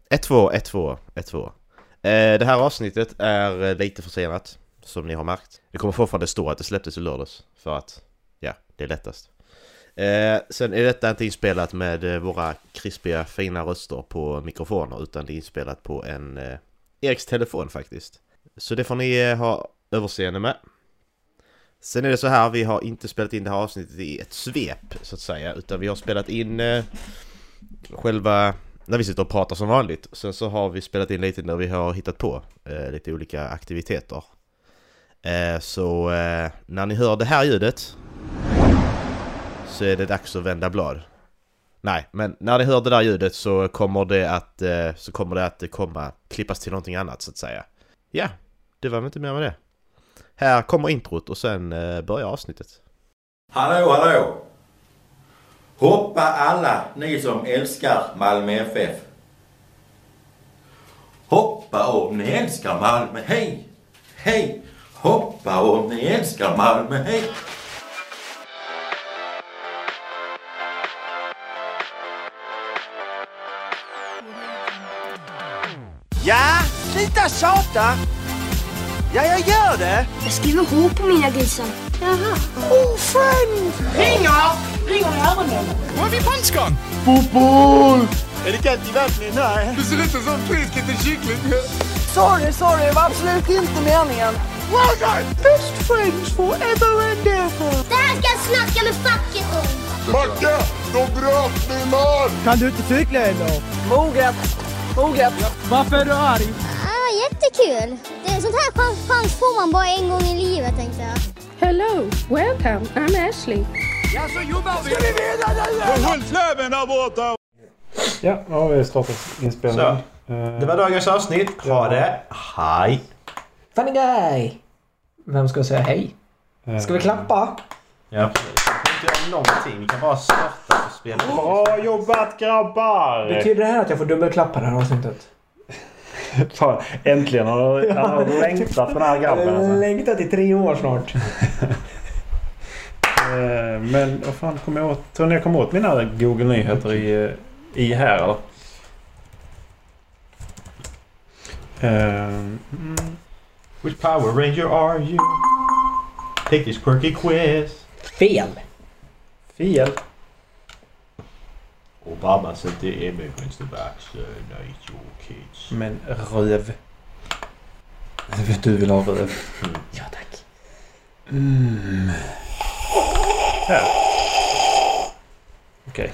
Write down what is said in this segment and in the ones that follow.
1-2. Det här avsnittet är lite försenat, som ni har märkt. Det kommer fortfarande stå att det släpptes i lördags, för att, ja, det är lättast. Sen är detta inte inspelat med våra krispiga, fina röster på mikrofoner, utan det är inspelat på en Eriks telefon faktiskt. Så det får ni ha överseende med. Sen är det så här, vi har inte spelat in det här avsnittet i ett svep, så att säga, utan vi har spelat in själva... När vi sitter och pratar som vanligt. Sen så har vi spelat in lite när vi har hittat på lite olika aktiviteter. Så när ni hör det här ljudet så är det dags att vända blad. Nej, men när ni hör det där ljudet så kommer det att klippas till någonting annat, så att säga. Ja, det var inte mer med det. Här kommer introt och sen börjar avsnittet. Hallå! Hoppa alla ni som älskar Malmö FF. Hoppa om ni älskar Malmö, hej! Hej! Hoppa om ni älskar Malmö, hej! Ja, sluta tjata! Ja, jag gör det! Jag skriver H på mina grisar. Jaha. Oh, friend! Ringer i öronen. Var är vi punchgång? Fotboll! Är det kallt i vattnet? Nej. Du ser ut som frisk liten kyckling. Sorry, det var absolut inte meningen. Well done! Best friends forever and ever. Det här ska jag snacka med facket om. Macke, de bröt min man! Kan du inte cykla ändå? Moget. Varför är du arg? Jättekul. Det är sånt här chans får man bara en gång i livet, tänkte jag. Hello, welcome, I'm Ashley. Ja, så jobbar vi! Ska vi vinna nu? Håll fläven där borta! Ja, nu har vi startat inspelningen. Det var dagens avsnitt. Ha det. Hej. Funny guy! Vem ska säga hej? Ska vi klappa? Ja, precis. Vi kan inte göra någonting. Vi kan bara starta och spela. Bra jobbat, grabbar! Betyder det här att jag får dubbelklappa det här avsnittet? Fan, äntligen har jag längtat på den här grabben. Jag Alltså. har längtat i 3 år snart. Men vad fan kommer jag åt? Tror ni jag kommer åt mina Google Nyheter i här eller? Which Power Ranger are you? Take this quirky quiz. Fel! Obama said the immigrants to vaccinate your kids. Men röv. Du vill ha röv. Ja, tack. Här. Okej.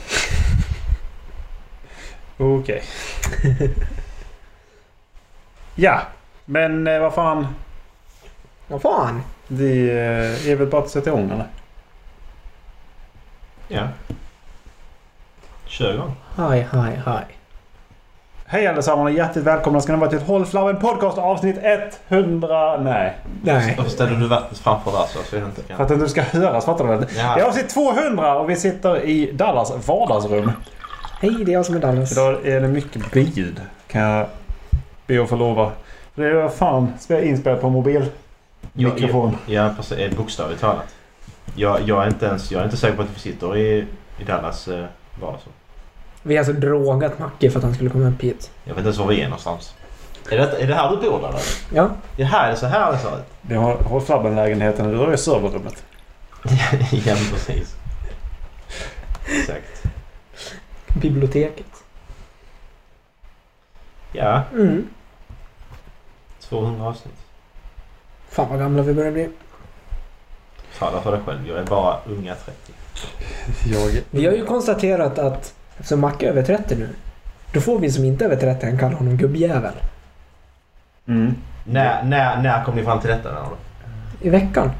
Ja, men vad fan. Vad fan? Det är väl bara att sätta igång eller? Ja. Kör igång. Hi. Hej allesammans och hjärtligt välkomna ska ni vara till ett Håll Flabben podcast avsnitt 100. Nej. Varför ställer du vattnet framför där så jag inte kan? För att du ska höras, fattar du väl? Ja. Det är avsnitt 200 och vi sitter i Dallas vardagsrum. Hej, det är jag som är Dallas. Idag är det mycket biljud. Kan jag be att få lova. Det är fan inspelat på mobilmikrofon. Ja, precis. Bokstavligt talat. Jag är inte säker på att vi sitter i Dallas vardagsrum. Vi har alltså drogat Macke för att han skulle komma upp hit. Jag vet inte ens var vi är någonstans. Är det här du bor eller? Ja. Det här är så här det ser ut. Det har Håll Flabben-lägenheten och då är serverrummet. Ja, precis. Exakt. Biblioteket. Ja. 200 avsnitt. Fan vad gamla vi börjar bli. Tala för dig själv, jag är bara unga 30. Vi har ju konstaterat att eftersom Macke är över 30 nu, då får vi som inte är över 30 än kalla honom gubbjävel. När kom ni fram till detta då? I veckan.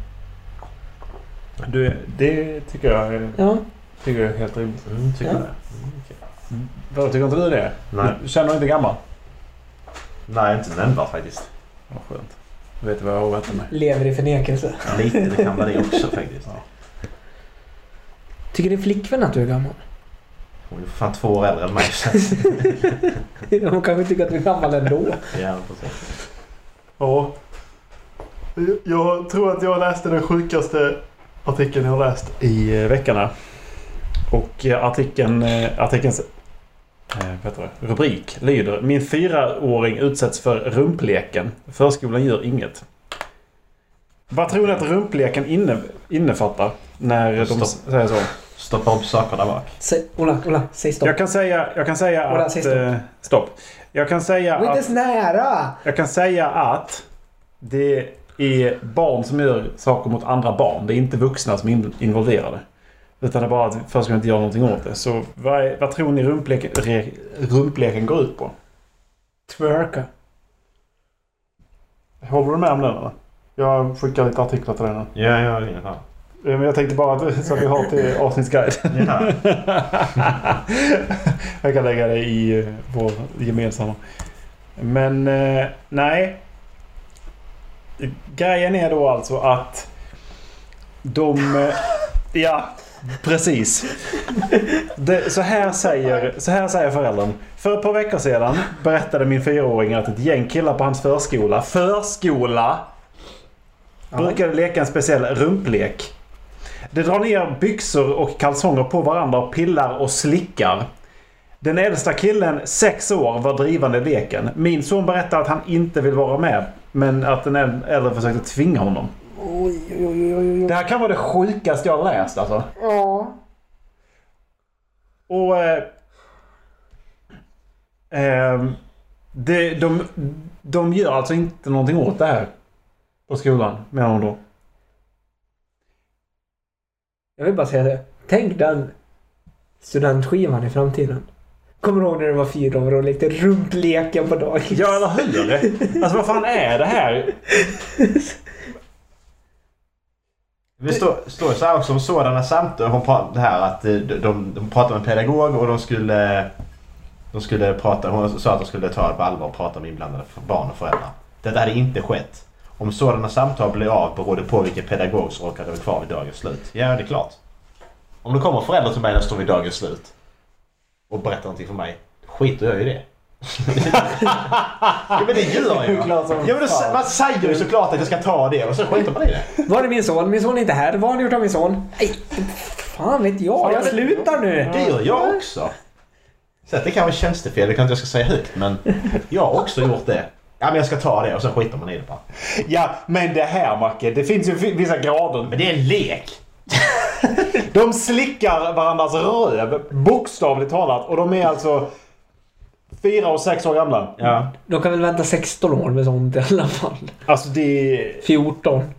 Det tycker jag är, tycker jag är helt rimligt. Tycker jag det. Vad tycker inte du det? Nej. Du känner dig inte gammal? Nej, inte nämnbart faktiskt. Ja, skönt. Du vet vad jag har rätt med. Lever i förnekelse. Lite, det kan vara det också faktiskt. Ja. Tycker din flickvän att du är gammal? Hon är fan 2 år äldre än mig. Hon kanske tycker att du är gammal ändå. Ja, precis. Ja. Jag tror att jag läste den sjukaste artikeln jag har läst i veckorna. Och artikelns Rubrik lyder: Min 4-åring utsätts för rumpleken. Förskolan gör inget. Vad tror ni att rumpleken innefattar när de säger så? Stoppa upp sakerna bak. Ola, säg stopp. Jag kan säga Ola, att... säg stopp. Jag kan säga inte så nära! Jag kan säga att det är barn som gör saker mot andra barn. Det är inte vuxna som är involverade. Utan det är bara att förskolan inte gör någonting åt det. Så vad tror ni rumpleken går ut på? Twerka. Håller du med om den eller? Jag skickar lite artiklar till den. Ja, jag har inget här. Men jag tänkte bara att så att vi har till avsnittsguide. Ja. Jag kan lägga det i vår gemensamma. Men nej. Grejen är då alltså att de... Ja, precis. Så här säger föräldern. För ett par veckor sedan berättade min 4-åring att ett gäng killar på hans förskola brukade leka en speciell rumplek. De drar ner byxor och kalsonger på varandra och pillar och slickar. Den äldsta killen, 6 år, var drivande i leken. Min son berättar att han inte vill vara med, men att den äldre försökte tvinga honom. Oj. Det här kan vara det sjukaste jag har läst alltså. Ja. Och de gör alltså inte någonting åt det här på skolan, menar hon då. Jag vill bara säga det. Tänk den studentskivan i framtiden. Kommer du ihåg när det var 4 år och lekte rumpleken på dagen? Ja, eller hur? Alltså vad fan är det här? Det står så här också om sådana samtal. Hon pratade det här att de pratade med en pedagog och de skulle prata. Hon sa att de skulle ta det på allvar och prata med inblandade barn och föräldrar. Detta hade inte skett. Om sådana samtal blir av berodde på vilken pedagog som råkade vara kvar vid dagens slut. Ja, det är klart. Om det kommer föräldrar till mig när jag står vid dagens slut och berättar någonting för mig, skiter jag i det. Ja, men det gör jag. Ja, men man säger ju såklart att jag ska ta det och så skiter man i det. Var är min son? Min son är inte här. Vad har ni gjort av min son? Nej, fan vet jag. Jag slutar nu. Det gör jag också. Så att det kan vara tjänstefel. Det kan inte jag ska säga högt, men jag har också gjort det. Ja, men jag ska ta det och så skiter man i det bara. Ja, men det här, Macke, det finns ju vissa grader. Men det är en lek. De slickar varandras röv, bokstavligt talat. Och de är alltså 4 och 6 år gamla. Ja. De kan väl vänta 16 år med sånt i alla fall. Alltså det är... 14.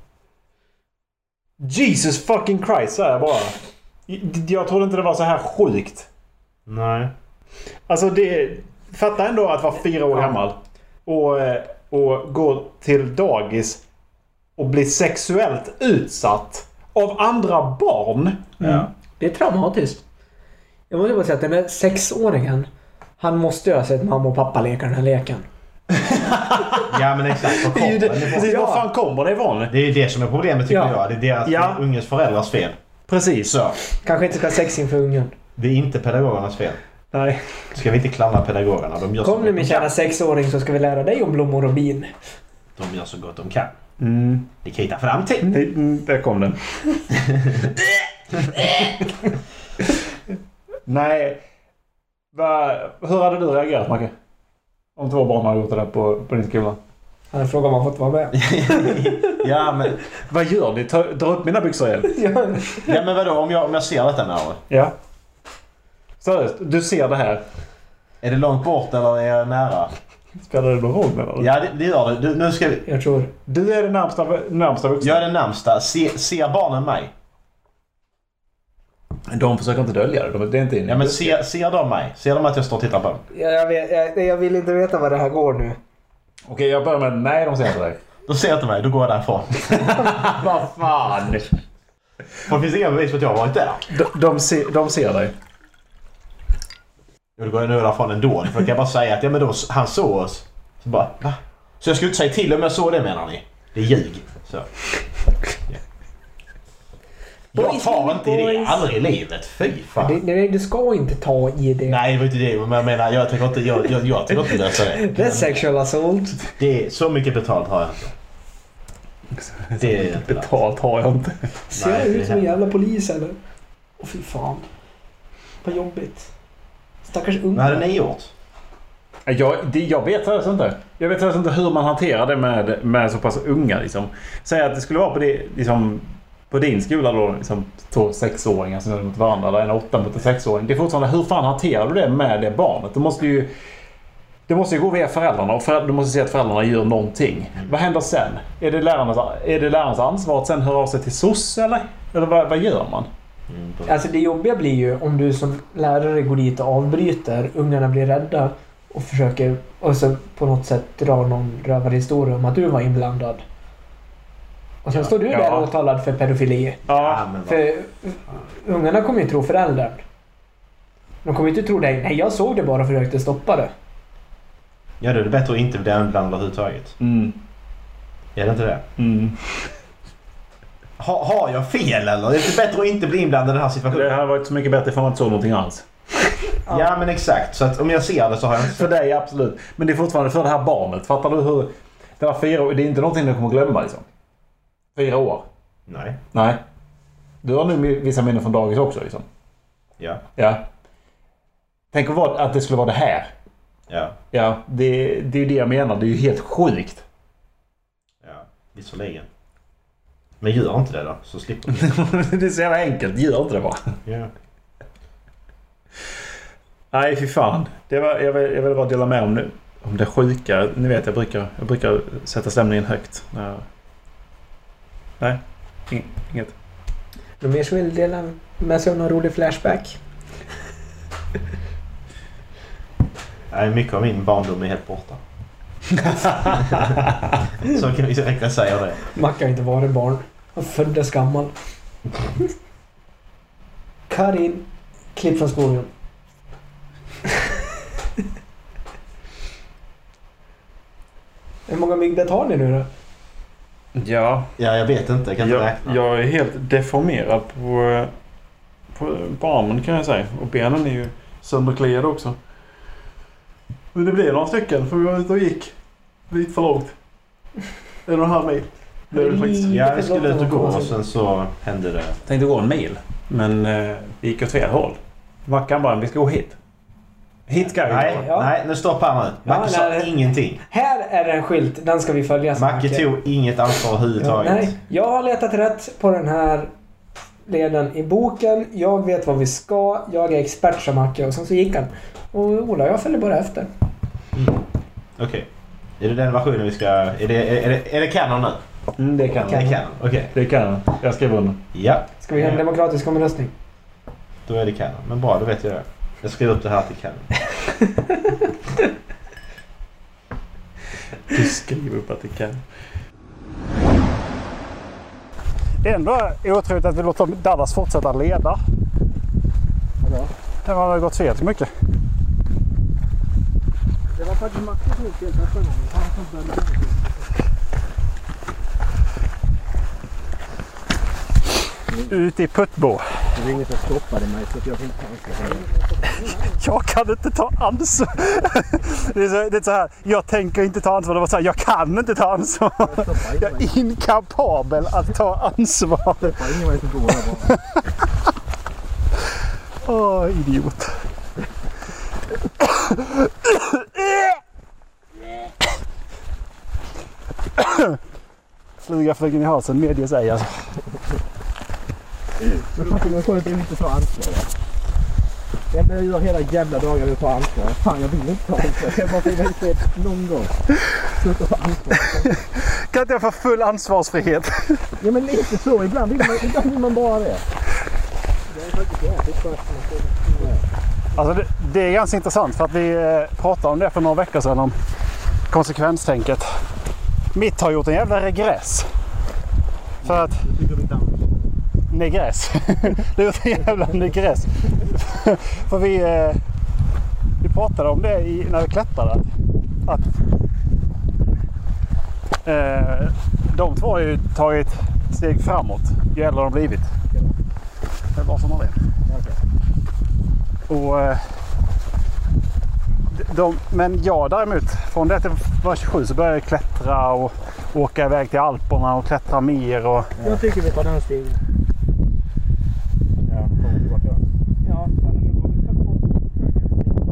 Jesus fucking Christ, så är bara. Jag trodde inte det var så här sjukt. Nej. Alltså det... Fatta ändå att vara 4 år gammal. Och gå till dagis och bli sexuellt utsatt av andra barn. Ja. Det är traumatiskt. Jag måste bara säga att den här 6-åringen, han måste ju ha sett mamma och pappa leka den här leken. Ja, men exakt. Vad kommer det? Precis, var fan kommer det ifrån? Det är det som är problemet tycker jag. Det är deras ungens föräldrars fel. Precis. Så. Kanske inte ska sex inför ungen. Det är inte pedagogernas fel. Nej. Ska vi inte klandra pedagogerna? De gör Kom nu min kära 6-åring så ska vi lära dig om blommor och bin. De gör så gott de kan. Mm. Det kritar framtid. Där kom den. Nej. Hur hade du reagerat, Macke? Om 2 barn hade gjort det där på din skola? Han frågar om man fått vara med. Ja, men... Vad gör ni? Dra upp mina byxor igen. Ja, men vadå? Om jag ser detta med det? Ja. Seriöst, du ser det här. Är det långt bort eller är jag nära? Spelar det någon roll med det? Ja, det gör det. Nu ska vi... Jag tror. Du är den närmsta vuxna. Jag är den närmsta. Ser barnen mig? De försöker inte dölja det. Det är inte inne. Ja, men ser de mig? Ser de att jag står och tittar på dem? Jag vill inte veta vad det här går nu. Okej, jag börjar med nej, de ser inte dig. De ser inte mig, då går jag därifrån. Vad fan? Det finns inga bevis för att jag har varit där. De ser dig. Jo, då går jag nu därifrån ändå. För jag kan bara säga att ja, men då, han såg oss. Så bara, va? Så jag skulle inte säga till om jag såg det, menar ni? Det är ljug. Så. Ja. Jag tar inte i det aldrig i livet. Fy fan. Du ska inte ta i det. Nej, det var inte det. Men jag menar, jag tänker inte lösa det. Det är sexual assault. Det är så mycket betalt har jag inte. Det är betalt har jag inte. Ser jag ut som en jävla polis eller? Åh fy fan. Vad jobbigt. Stackars unga. Vad hade ni gjort? Jag vet alltså inte. Jag vet alltså inte hur man hanterar det med så pass unga liksom. Säg att det skulle vara på det liksom, på din skola då liksom 2 6-åringar som är mot varandra eller en 8 mot en 6-åring. Det är fortfarande hur fan hanterar du det med det barnet? Det måste ju gå via föräldrarna och du måste se att föräldrarna gör någonting. Vad händer sen? Är det lärarnas ansvar att sen höra av sig till SOS eller vad gör man? Alltså det jobbiga blir ju om du som lärare går dit och avbryter, ungarna blir rädda och försöker och så på något sätt dra någon rövarhistoria om att du var inblandad. Och sen står du där åtalad för pedofili. Ja, för ungarna kommer ju tro föräldern. De kommer inte tro dig. Nej, jag såg det bara och försökte stoppa det. Ja, då är det bättre att inte bli inblandad överhuvudtaget. Är det inte det? Har jag fel eller? Det är inte bättre att inte bli inblandad i den här situationen. Det hade varit så mycket bättre för man inte såg någonting alls. Ja, men exakt. Så att om jag ser det så har jag inte... För dig, absolut. Men det är fortfarande för det här barnet. Fattar du hur... Det var 4 år. Det är inte någonting du kommer glömma liksom. 4 år. Nej. Du har nu vissa minnen från dagis också liksom. Ja. Tänk att det skulle vara det här. Ja, det är ju det jag menar. Det är ju helt sjukt. Ja, visserligen. Men gör inte det då, så slipper du. Det är så jävla enkelt. Gör inte det bara. Ja. Nej, fy fan. Jag vill bara dela med om det sjuka. Ni vet, jag brukar sätta stämningen högt. Nej, inget. De mer som vill dela med sig av någon rolig flashback. Nej, mycket av min barndom är helt borta. Så kan vi direkt säga det. Macka har inte varit barn. Han föddes gammal. Karin, klipp från skogen. Hur många myggbett har ni nu då? Ja, jag vet inte. Jag kan inte räkna. Jag är helt deformerad på armen kan jag säga. Och benen är ju sönderkliade också. Men det blev några stycken för vi var ute och gick lite för långt. 1,5 mil. Jag skulle ut och gå och sen så hände det. Jag tänkte gå en mil. Men vi gick åt fel håll. Mackan bara, vi ska gå hit. Hit ska vi. Nej, nu stopp här nu. Macke sa ingenting. Här är det en skylt, den ska vi följa. Macke tog inget ansvar överhuvudtaget. Nej, jag har letat rätt på den här leden i boken. Jag vet vad vi ska. Jag är expert som Macke. Och sen så gick han. Och Ola, jag följer bara efter. Okej. Är det den versionen vi ska... Är det kanon nu? Det är kanon. Okej. Det är kanon. Jag skriver under. Ja. Ska vi ha en demokratisk omröstning? Då är det kanon. Men bra, då vet jag det. Jag skriver upp det här till kanon. Du skriver upp att det kan. Det är ändå otroligt att vi låter Dallas fortsätta leda. Ja. Det har gått fel så mycket. Det var faktiskt Macke som gick helt nästa gång. Ute i Puttbo. Det är inget som stoppade mig så att jag fick ansvar. Jag kan inte ta ansvar. Det är så här, jag tänker inte ta ansvar. Det var så här, jag kan inte ta ansvar. Jag är inkapabel att ta ansvar. Det var ingen väg som går där bara. Idiot. Flyga flygen i halsen, medge sig alltså. Jag får inte ta ansvar. Det enda jag gör hela jävla dagen är att ta ansvar. Fan, jag vill inte ta ansvar. Jag bara vill inte någon gång. Sluta ta ansvar. Kan inte jag få full ansvarsfrihet? Ja, men lite så. Ibland vill man bara det. Det är faktiskt jävligt skönt. Alltså det är ganska intressant för att vi pratade om det för några veckor sedan om konsekvenstänket. Mitt har gjort en jävla regress. För att... Negress. Det har gjort en jävla negress. För vi pratade om det när vi klättrade. Att de två har ju tagit steg framåt ju äldre de blivit. Det är bara som man vet. Och men jag däremot, från det till var 27 så började jag klättra och åka iväg till Alperna och klättra mer. Och... Jag tycker vi tar den stigen. Ja, kommer tillbaka. Ja, annars så går vi på.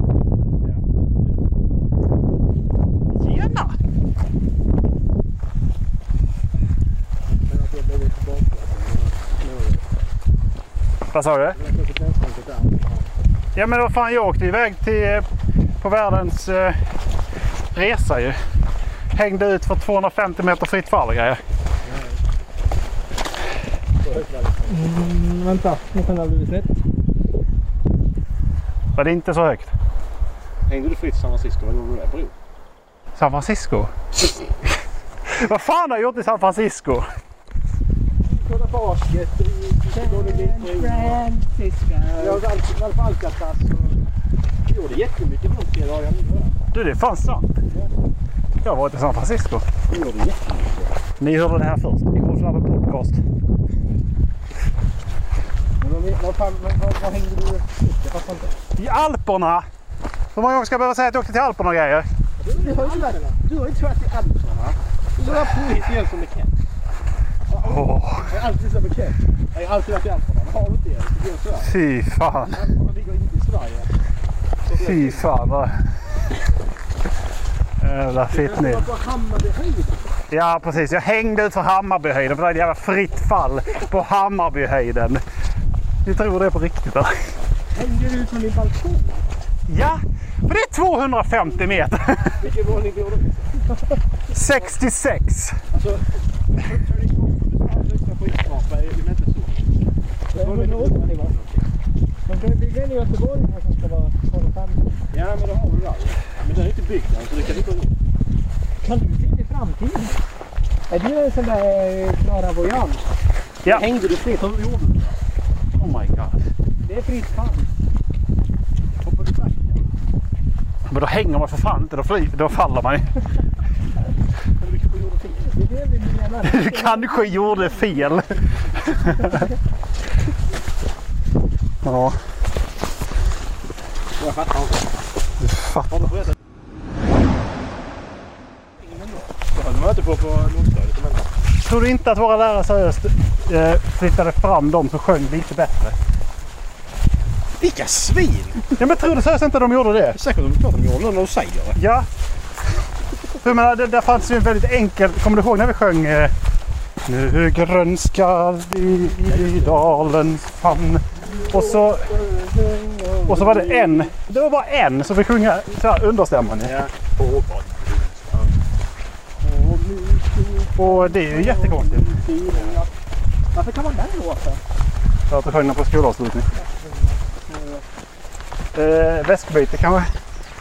Vad sa du? Ja men vad fan, jag åkte iväg på världens resa ju. Hängde ut för 250 meter fritt fall och grejer. Vänta, nu kan det ha blivit rätt. Var det inte så högt? Hängde du fritt i San Francisco? Vad gjorde du där, bror? San Francisco? Vad fan har jag gjort i San Francisco? Kolla basket, jag var på Alcatraz och gjorde jättemycket från 3 dagar nu. Du, det är fan sant. Jag har varit i San Francisco. Jag gjorde jättemycket. Ni hörde det här först. Ni kommer snabbt på podcast. Vad hängde du? Jag fattar inte. I Alperna! Hur många gånger ska jag behöva säga att jag åkte till Alperna och grejer? Du har inte varit i Alperna. Du har påhitt helt som bekant. Jag är alltid så bekant. Jag har alltid varit i Alperna. Har du inte det? Fy fan. Alperna ligger inte i Sverige. Fy fan vad... Jävla fitt nu. Ja precis, jag hängde ut för Hammarbyhöjden. För det är ett jävla fritt fall på Hammarbyhöjden. Ni tror det är på riktigt eller? Hängde du ut från din balkong? Ja, för det är 250 meter. Vilken våning bor du? 66. Alltså, man kan ju bygga in i Göteborg som ska vara 250. Ja, men det har du där. Men den är inte byggd än, så det kan inte gå in. Kan du se det i framtiden? Är det en sån där Klara Voyant? Ja. Hängde du fritt? Hur gjorde du? Oh my god. Det är fritt fan. Hoppar du back? Men då hänger man för fan inte, då faller man ju. Du kanske gjorde fel. Det är det vi menar. Du kanske gjorde fel. Ja. Jag fattar inte. Du fattar. Har du berättat? Du var inte på lågstadiet. Tror du inte att våra lärare seriöst flyttade fram dem som sjöng lite bättre? Vilka svin! Ja men tror du seriöst inte att de gjorde det? Säkert att de gjorde när de säger det. Ja. För jag menar, där fanns ju en väldigt enkel... Kommer du ihåg när vi sjöng Nu grönskar i dalens famn. Och så var det en. Det var bara en som vi sjunga så här understämman. Ja. Och det är ju jättekonstigt. Varför kan man den låta? För att du sjöng på skolavslutning. Väskbyte kanske.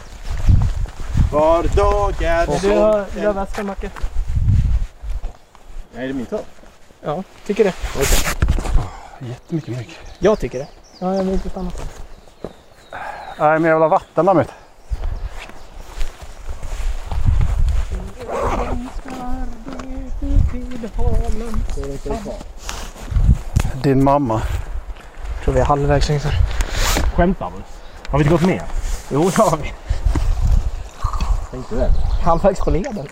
Var dag är Du har väskan, Macke. Nej, det är min tur. Ja, tycker det. Jättemycket mygg. Jag tycker det. Ja, jag vill inte stanna. Nej, men jag vill ha vatten där mitt. Din mamma. Jag tror vi är halvvägs ungefär. Skämtar du? Har vi inte gått med? Jo, det har vi. Tänkte det. Halvvägs på leden.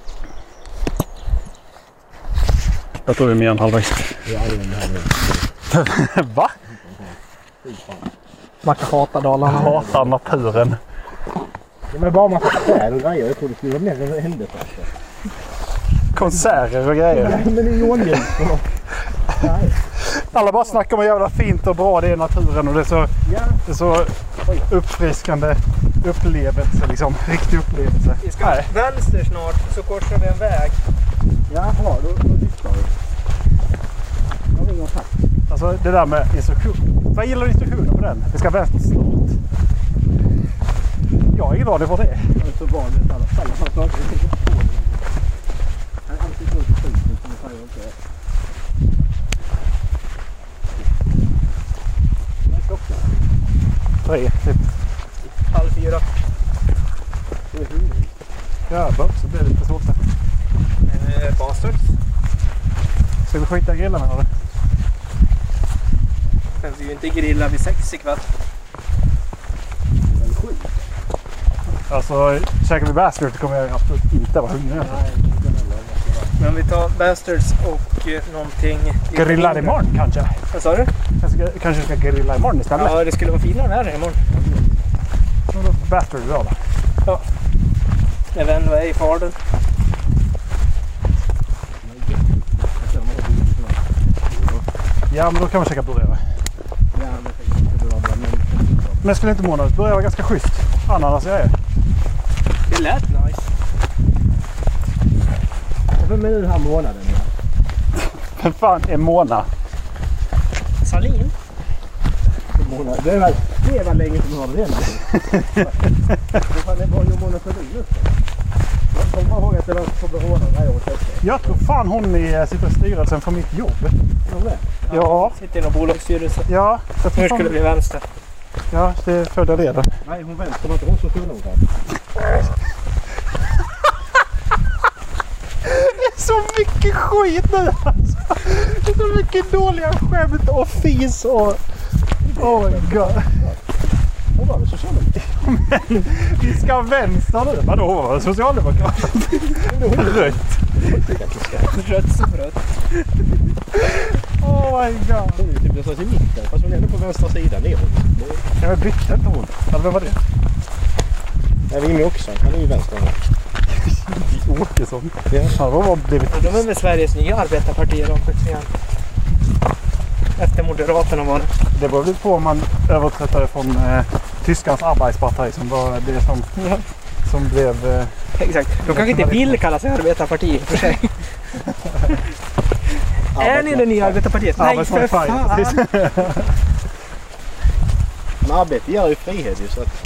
Jag tror vi är mer än halvvägs. Ja, det är den här. Va? Macke hatar Dalarna. Hatar naturen. Ja, men bara massa träd och grejer. Jag tror det skulle vara mer än det hände. Konserter och grejer. Nej, men det är ju oljan. Alla bara snackar om hur jävla fint och bra det är naturen och det är så uppfriskande upplevelse liksom. Riktig upplevelse. Vi ska vänster snart så korsar vi en väg. Jaha, då lyssnar vi. Jag ringer tack. Alltså det där med instruktion. Vad gillar du instruktioner på den? Det ska vänster snart. Jag är ingen aning på det. Jag är så van vid alla saker. Jag är alltid så till skiten som jag säger inte. Vad är klockan? 3, typ. 3:30. Jag är hungrig. Ja, så blir det lite svårt där. Bastards. Ska vi skita i grillen eller? Men vi är ju inte grilla vid 6 ikväll. Alltså, käkar vi Bastards kommer jag absolut inte vara hungrig. Men vi tar Bastards och någonting... Grilla imorgon kanske? Vad sa du? Kanske ska grilla imorgon istället? Ja, det skulle vara finare här imorgon. Då Bastards idag då? Ja. Jag vet inte vad jag är i farden. Ja, men då kan man käka burgare. Men skulle inte månaden börja vara ganska schysst? Ananas jag är. Det lät nice. Vem är den här månaden? Vem fan är Mona? Salin? Det är väl länge som har det redan. Det var ju Mona Salin. Jag kommer ihåg att det var på Behården när jag åkte. Jag tror fan hon sitter i styrelsen för mitt jobb. Ja. Sitter i någon bolagsstyrelse. Ja. Hur skulle det bli vänster? Ja, det följer det. Nej, hon vänster, inte hon socialdemokrat. Det är så mycket skit nu alltså. Det är så mycket dåliga skämt och fis och... Oh my god. Hon var väl socialdemokrat? Men vi ska vänster nu. Vadå? Hon var socialdemokrat? Rött. Rött som rött. Oh my god. Hon är ju typ någonstans i mitten. Fast hon är ändå på vänstra sidan neråt. Ja, men bytte inte hon? Eller vem var det? Nej, det är Jimmy Åkesson. Han är ju vänster. Jimmy Åkesson? Ja, han har blivit... De är väl Sveriges nya arbetarpartier igen. Efter Moderaterna var det. Det var väl på om man överträttade från Tyskans arbetsparti som var det som blev... Exakt. De kanske inte vill kalla sig arbetarparti för sig. Är ni det nya arbetarpartiet? Nej, för fan! Men arbete ger ju frihet ju så att...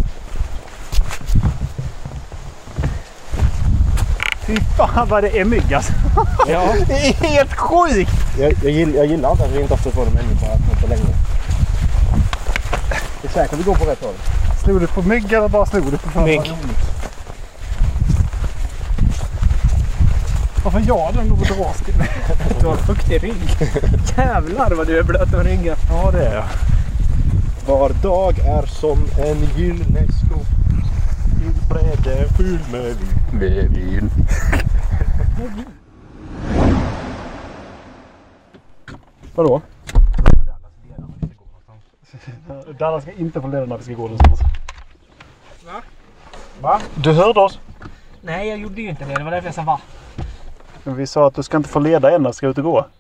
Fy fan vad det är mygg alltså. Ja. Det är helt sjukt! Jag gillar inte att vi inte har fått människor att gå på längre. Det är säkert att vi går på rätt håll. Slog du på mygg eller bara slog du på fan? Mygg. Varför jag den nog dras till? Du har en fuktig rygg. Jävlar vad du är blöt om ryggen. Ja det är jag. Var dag är som en gyllene skog. Min bräde full med vin. Vadå? Dallas ska inte få leda när vi ska gå någonstans. Va? Va? Du hörde oss? Nej, jag gjorde ju inte det. Det var därför jag sa va. Men vi sa att du ska inte få leda än när du ska ut och gå.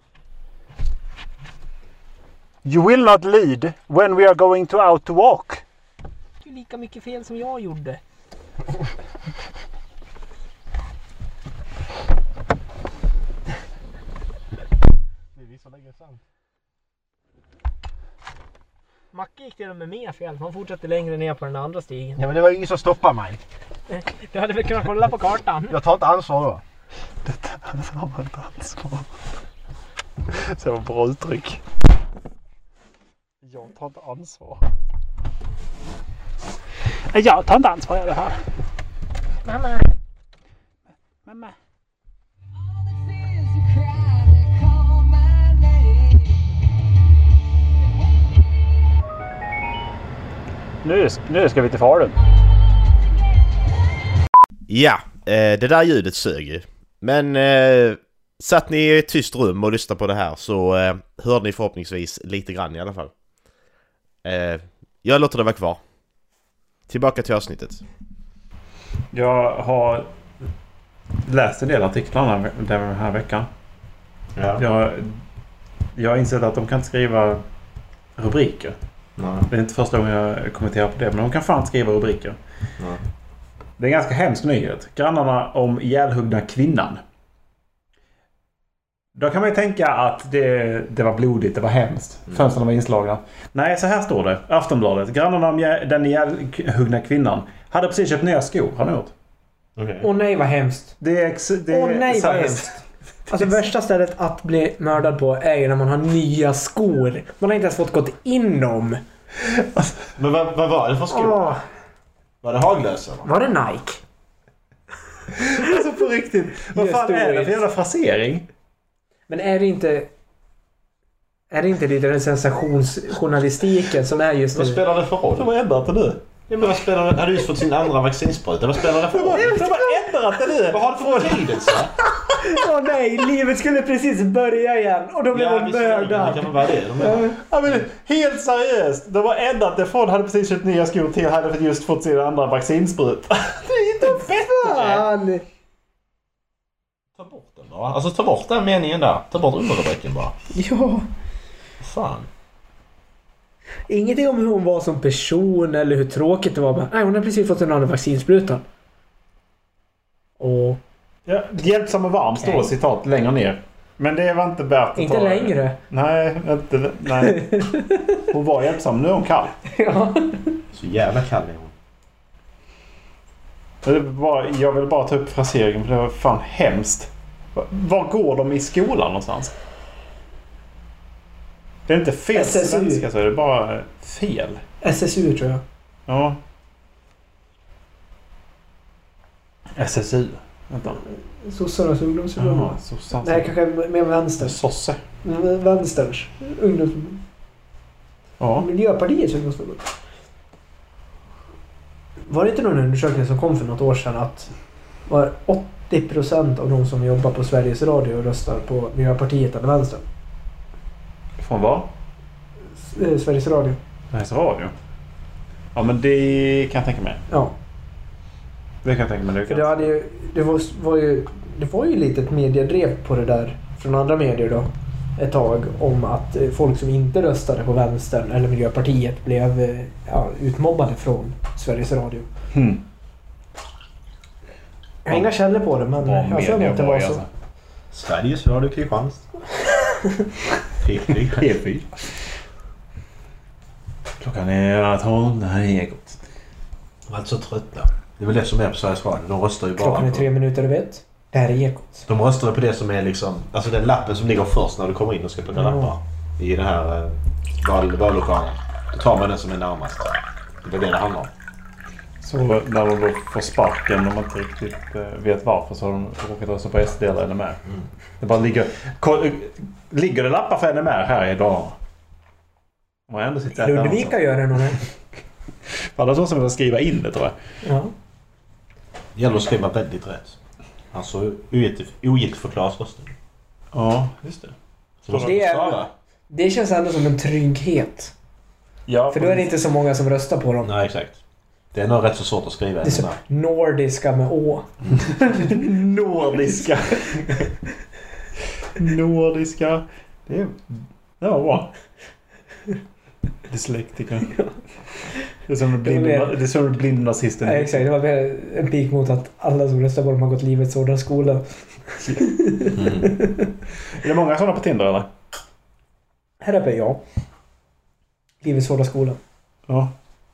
You will not lead when we are going to out to walk. Det är lika mycket fel som jag gjorde. Det är vissa lägger sant. Macke gick till och med mer fel. Han fortsatte längre ner på den andra stigen. Ja men det var ju ingen som stoppade mig. Du hade väl kunnat kolla på kartan. Jag tar inte ansvar då. Detta har man inte ansvar. Så det var bra uttryck. Jag tar inte ansvar. Jag tar inte ansvar i det här. Mamma. Mamma. Nu ska vi till Falun. Ja, det där ljudet sög ju. Men satt ni i ett tyst rum och lyssnade på det här så hörde ni förhoppningsvis lite grann i alla fall. Jag låter det vara kvar. Tillbaka till avsnittet. Jag har läst en del artiklar den här veckan. Ja. Jag har insett att de kan inte skriva rubriker. Nej. Det är inte första gången jag kommenterar på det, men de kan fan skriva rubriker. Nej. Det är en ganska hemsk nyhet. Grannarna om ihjälhuggna kvinnan. Då kan man ju tänka att det var blodigt, det var hemskt. Fönsterna var inslagna. Nej, så här står det. Aftonbladet. Grannarna om den ihjälhuggna kvinnan hade precis köpt nya skor. Har ni gjort? Okay. Åh nej vad hemskt. Åh nej vad hemskt. Alltså värsta stället att bli mördad på är ju när man har nya skor. Man har inte ens fått gått in dem. Men vad var det för skor? Var det Haglösa? Var det Nike? Alltså på riktigt. Vad fan är det för jävla frasering? Men är det inte lite den sensationsjournalistiken som är just Vad spelar det för roll? De har ändrat det nu. Ja, men vad spelar det? Hade just fått sin andra vaccinspruta. Vad spelar det för roll? De har ändrat det nu. Vad har det för betydelse? Åh nej, livet skulle precis börja igen och då blev hon mördad. Det kan vara det. Ja, men helt seriöst. De har ändrat det från hade precis köpt nya skor till hade just fått sin andra vaccinspruta. Det är inte bättre. Ta bort den bara. Alltså ta bort den meningen där. Ta bort underrubriken bara. Ja. Fan. Ingenting om hur hon var som person eller hur tråkigt det var. Men, nej, hon har precis fått en annan vaccinsprutan. Och... Ja, hjälpsam och varm står citat längre ner. Men det var inte värt att inte ta... längre. Nej, inte... Nej. Hon var hjälpsam. Nu är hon kall. Ja. Så jävla kall är hon. Jag vill bara ta upp fraseringen för det var fan hemskt. Var går de i skolan någonstans? Det är inte fel svenska så är det bara fel. SSU tror jag. Ja. SSU. Vänta. Sossarnas ungdomsförbund. Nej, kanske med vänster. Sosse. Vänsterns ungdomsförbund. Ja. Miljöpartiets ungdomsförbund. Var det inte någon undersökning som kom för något år sedan att var 80% av de som jobbar på Sveriges Radio röstar på Miljöpartiet eller vänster? Från vad? Sveriges Radio. Sveriges Radio? Ja, men det kan jag tänka mig. Ja. Det kan jag tänka mig. För det var ju lite ett mediedrev på det där från andra medier då ett tag om att folk som inte röstade på vänstern eller Miljöpartiet blev utmobbade från Sveriges Radio. Jag har inga källor på det, men jag tror att det var så. Sveriges Radio Kristianstad. P4. Klockan är 12, det här är Ekot. De är alltså trötta. Det är väl det som är på Sveriges Radio. De röstar ju bara Klockan är 3 minuter, du vet. Det här är Ekot. De röstar på det som är liksom... Alltså den lappen som ligger först när du kommer in och ska plocka lappar. I den här vallokalen. Då tar man den som är närmast. Det är det handlar om. Så när de då får sparken och man inte riktigt vet varför så har de råkat rösta på SD eller NMR. Det bara ligger det lappar för NMR här idag. Man ändå sitter Ludvika gör det nog. Alla så som vill skriva in det tror jag. Ja. Det gäller att skriva väldigt rätt. Alltså ogiltigt förklaras rösten. Ja, just det. Så det känns ändå som en trygghet. Ja, för då är det inte så många som röstar på dem. Nej, exakt. Det är nog rätt så svårt att skriva. Det är så nordiska med å. Nordiska. Nordiska. Det var bra. Dyslektiker. Det är som en blind nazisten. Ja, exakt, det var en pik mot att alla som röstar på dem har gått livets hårda skola. Är det många sådana på Tinder eller? Här uppe, ja. Livets hårda skola. Ja.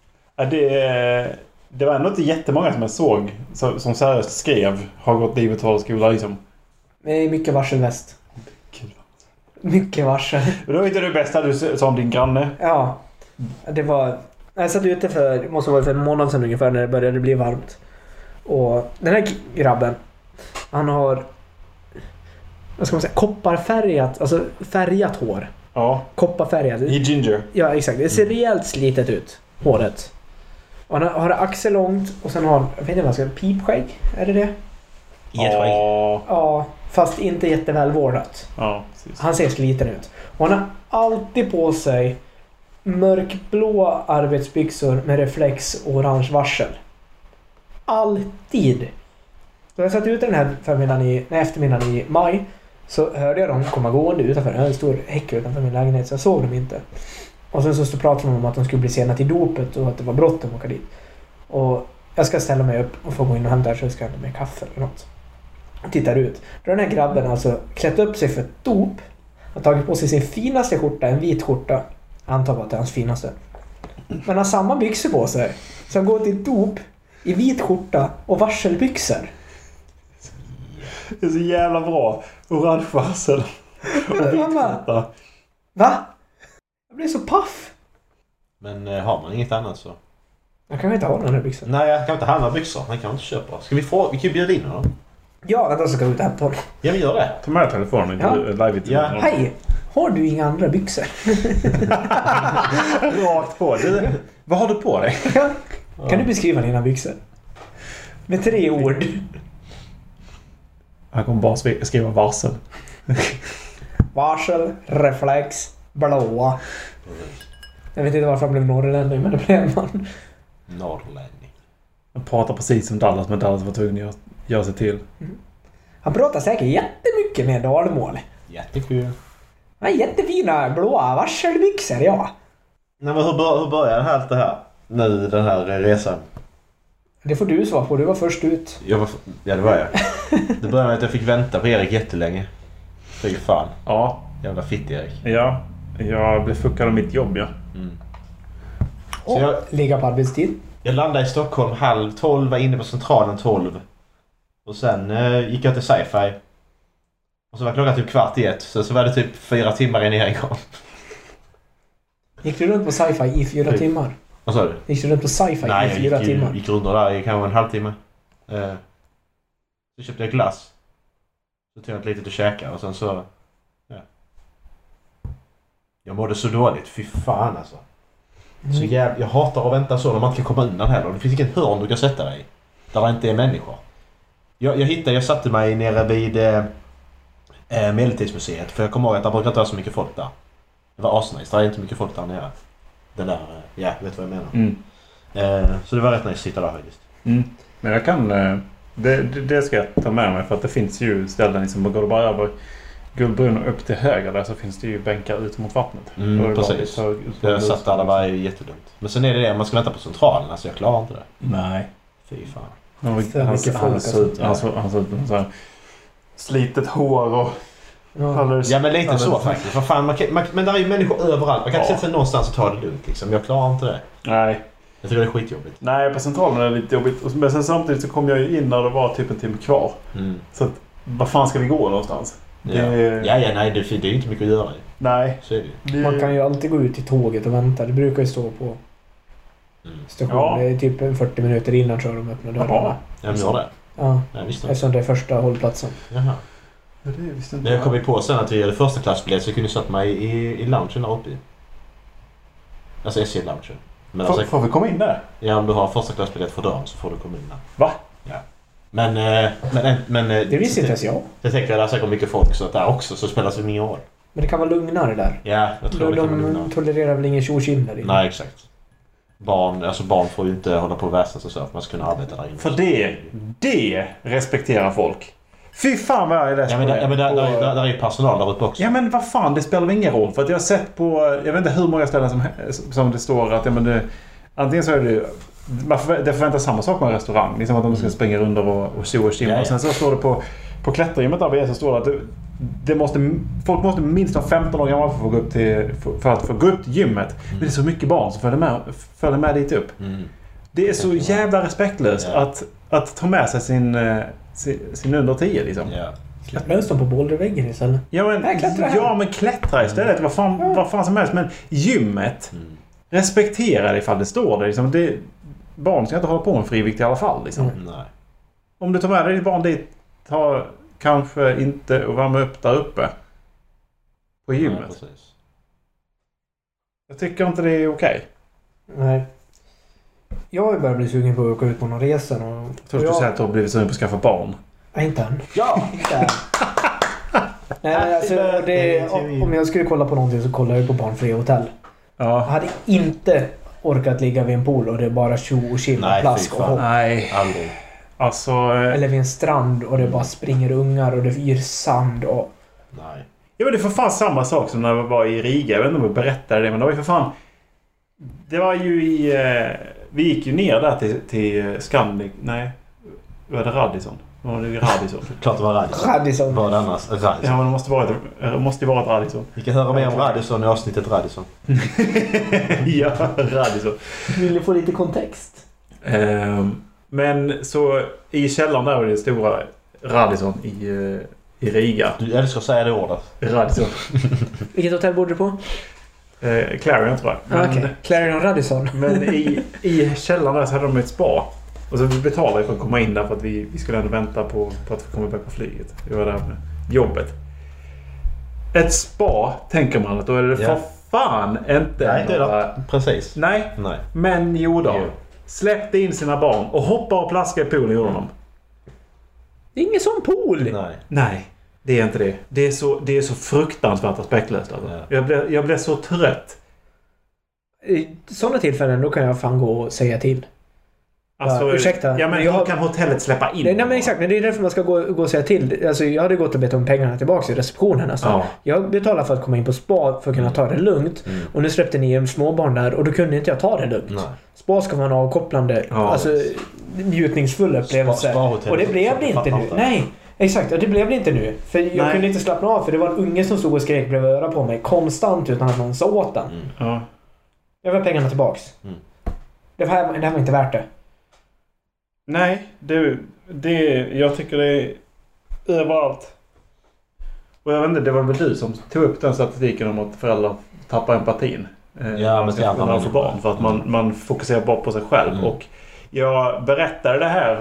Det var ändå inte jättemånga som jag såg som seriöst skrev har gått livets hårda skola liksom. Det är mycket varselväst. Mycket varsel. Men då är inte det bästa du sa om din granne. Ja. Det var... Jag satt ute det måste vara för en månad sedan ungefär när det började bli varmt. Och den här grabben, han har... Vad ska man säga? Kopparfärgat, alltså färgat hår. Ja. Kopparfärgat. I ginger. Ja, exakt. Det ser rejält slitet ut, håret. Och han har axellångt och sen har han, jag vet inte vad ska pipskägg, är det det? Getskägg. Ja, fast inte jättevälvårdat. Ja, precis. Han ser sliten ut. Och han har alltid på sig mörkblå arbetsbyxor med reflex och orange varsel. Alltid. Så jag satt ute den här eftermiddagen i maj, så hörde jag dem komma gående utanför. Det var en stor häck utanför min lägenhet, så jag såg dem inte. Och sen så pratade de om att de skulle bli sena till dopet och att det var bråttom att åka dit. Och jag ska ställa mig upp och få gå in och hämta, så jag ska hämta mig kaffe eller något. Och tittar ut. Då har den här grabben alltså klätt upp sig för ett dop. Har tagit på sig sin finaste skjorta, en vit skjorta. Antar att det är hans finaste. Men har samma byxor på sig. Så han går till dop i vit skjorta och varselbyxor. Det är så jävla bra. Orange varsel och vit skjorta. Va? Jag blir så paff. Men har man inget annat så... Jag kan inte ha den här byxor. Nej, jag kan inte handla byxor. Han kan inte köpa. Ska vi kan ju bjuda in honom. Ja, vänta så ska vi ut och hämta honom. Ja, vi gör det. Ta med telefonen. Ja. Live ja. Hej! Har du inga andra byxor? Rakt på. Vad har du på dig? Kan du beskriva dina byxor? Med 3 ord. Han kommer bara skriva varsel. Varsel, reflex, blåa. Jag vet inte varför han blev norrlänning, men det blev man. Norrlänning. Han pratar precis som Dallas, men Dallas var tvungen att göra sig till. Han pratar säkert jättemycket med dalmål. Jättekul. Han har jättefina blåa varselbyxor, ja. Nej, men hur började allt det här? Nu, den här resan. Det får du svara på, du var först ut. Ja, det var jag. Det började med att jag fick vänta på Erik jättelänge. Fy fan. Ja. Jävla fitt Erik. Ja, jag blev fuckad av mitt jobb, ja. Så ligga på arbetstid. Jag landade i Stockholm 11:30, var inne på Centralen 12. Och sen gick jag till Sci-Fi. Och så var klockan typ 12:15. Så var det typ 4 timmar in i en gång. Gick du runt på Sci-Fi i 4 timmar? Vad sa du? Gick du runt på Sci-Fi i 4 timmar? Nej, jag gick runt där i kanske en halvtimme. Så köpte jag glass. Så tog jag ett litet och käka och sen så... Ja. Jag mådde så dåligt, fy fan alltså. Så jag hatar att vänta så när man inte kan komma undan heller. Det finns ingen hörn du kan sätta dig där det inte är människor. Jag satte mig nere vid Medeltidsmuseet. För jag kommer ihåg att det brukar inte vara så mycket folk där. Det var asnice, det är inte mycket folk där nere. Den där, ja, vet du vad jag menar. Så det var rätt nice att sitta där faktiskt. Men jag kan, det ska jag ta med mig för att det finns ju ställen liksom, går det bara över Guldbrunn och upp till höger där så finns det ju bänkar ut mot vattnet. Precis. Jag satt där, det var ju jättedumt. Men sen är det man ska vänta på Centralen, alltså jag klarar inte det. Nej. Fy fan. Han såg ut så här slitet hår och... Ja men lite så faktiskt. För fan, men där är ju människor överallt. Man kan inte sätta sig någonstans och ta det lugnt liksom. Jag klarar inte det. Nej. Jag tycker det är skitjobbigt. Nej, på Centralen är det lite jobbigt. Men sen samtidigt så kom jag ju in när det var typ en timme kvar. Så att, vad fan ska vi gå någonstans? Nej, det är ju inte mycket att göra. Nej. Så är det. Man kan ju alltid gå ut i tåget och vänta. Det brukar ju stå på station. Ja. Det är typ 40 minuter innan tror jag de öppnar dörrarna. Ja, men gör det. Ja, visste eftersom det är första hållplatsen. Jaha. Ja, det visste inte jag kom ju på sen att vi hade första klassbiljett så kunde jag satt mig i loungen där uppe i. Alltså SJ-loungen. Får vi komma in där? Ja, om du har första klassbiljett för dörren så får du komma in där. Va? Ja. Men det visste inte ens jag. Jag tänker att det är säkert mycket folk så att där också så spelar det ingen roll. Men det kan vara lugnare där. Ja, jag tror det kan vara lugnare. De tolererar väl ingen tjorkim där inne. Nej, exakt. Barn får ju inte hålla på och väsnas och så att man ska kunna arbeta där inne. För det respekterar folk. Fy fan vad jag är läst på det. Ja, men där är ju personal där uppe också. Ja, men vad fan, det spelar ingen roll. För att jag har sett på, jag vet inte hur många ställen som det står att antingen så är det det förväntas samma sak med en restaurang. Liksom att de ska springa runt och tjo och tjimma. Ja. Och sen så står det på klättergymmet där vi är så står det att folk måste minst vara 15 år gamla för att få gå upp till gymmet. Men det är så mycket barn som följer med dit upp. Det är så jävla respektlöst att ta med sig sin under 10 liksom. Ja. Klättra stå på boulderväggen istället. Men klättra istället. Vad fan som helst. Men gymmet respekterar det ifall det står där. Liksom. Barn ska inte hålla på med frivikt i alla fall. Liksom. Nej. Om du tar med dig ditt barn dit, kanske inte att värma upp där uppe på gymmet. Nej, precis. Jag tycker inte det är okej. Nej. Jag har ju börjat bli sugen på att åka ut på någon resa. Först du säger att du har blivit sugen på att skaffa barn. Nej, inte än. Ja! Nej, alltså, om jag skulle kolla på någonting så kollar jag på barnfria hotell. Ja. Jag hade inte orkat ligga vid en pool och det är bara tjo och tjim och plask och hopp. Nej, aldrig. Alltså, eller vid en strand och det bara springer ungar och det yr sand och... Nej. Ja, men det är för fan samma sak som när vi var i Riga. Jag vet inte om jag berättade det, men det var ju för fan... Det var ju vi gick ju ner där till Scandic. Nej, var det Radisson? Var det Radisson? Klart det var Radisson. Radisson. Var det annars? Radisson. Ja, men det måste ju vara ett Radisson. Vi kan höra mer om Radisson i avsnittet Radisson. Ja, Radisson. Vill ni få lite kontext? Men så i källaren där var det stora Radisson i Riga. Du älskar att säga det ordet. Radisson. Vilket hotell bodde du på? Clarion tror jag. Okej, Clarion Radisson. Men i källaren där så hade de ett spa. Och så vi betalade för att komma in där för att vi skulle ändå vänta på att få komma iväg på flyget. Det var där med jobbet. Ett spa tänker man att då är det för fan inte... Nej, inte det. Precis. Nej. Men gjorde de. Släppte in sina barn och hoppade och plaskade i poolen gjorde de. Det är ingen sån pool. Nej. Det är inte det. Det är så fruktansvärt respektlöst. Alltså. Ja. Jag blev så trött. I sådana tillfällen då kan jag fan gå och säga till. Alltså, ursäkta. Ja, men jag kan hotellet släppa in? Nej men exakt, men det är därför man ska gå och säga till. Alltså, jag hade gått och bett om pengarna tillbaka i receptionen. Alltså. Ja. Jag betalade för att komma in på spa för att kunna ta det lugnt. Och nu släppte ni en småbarn där och då kunde inte jag ta det lugnt. Nej. Spa ska vara en avkopplande, alltså njutningsfull upplevelse. Och det blev det inte nu. Nej, exakt. Och det blev det inte nu. För jag kunde inte slappna av för det var en unge som stod och skrek bredvid öra på mig konstant utan att någon sa åt den. Ja. Jag vill ha pengarna tillbaks. Det här var inte värt det. Nej, jag tycker det är överallt. Och jag vet inte, det var väl du som tog upp den statistiken om att föräldrar tappar empatin. Ja, men det man får barn för att man fokuserar bara på sig själv. Och jag berättade det här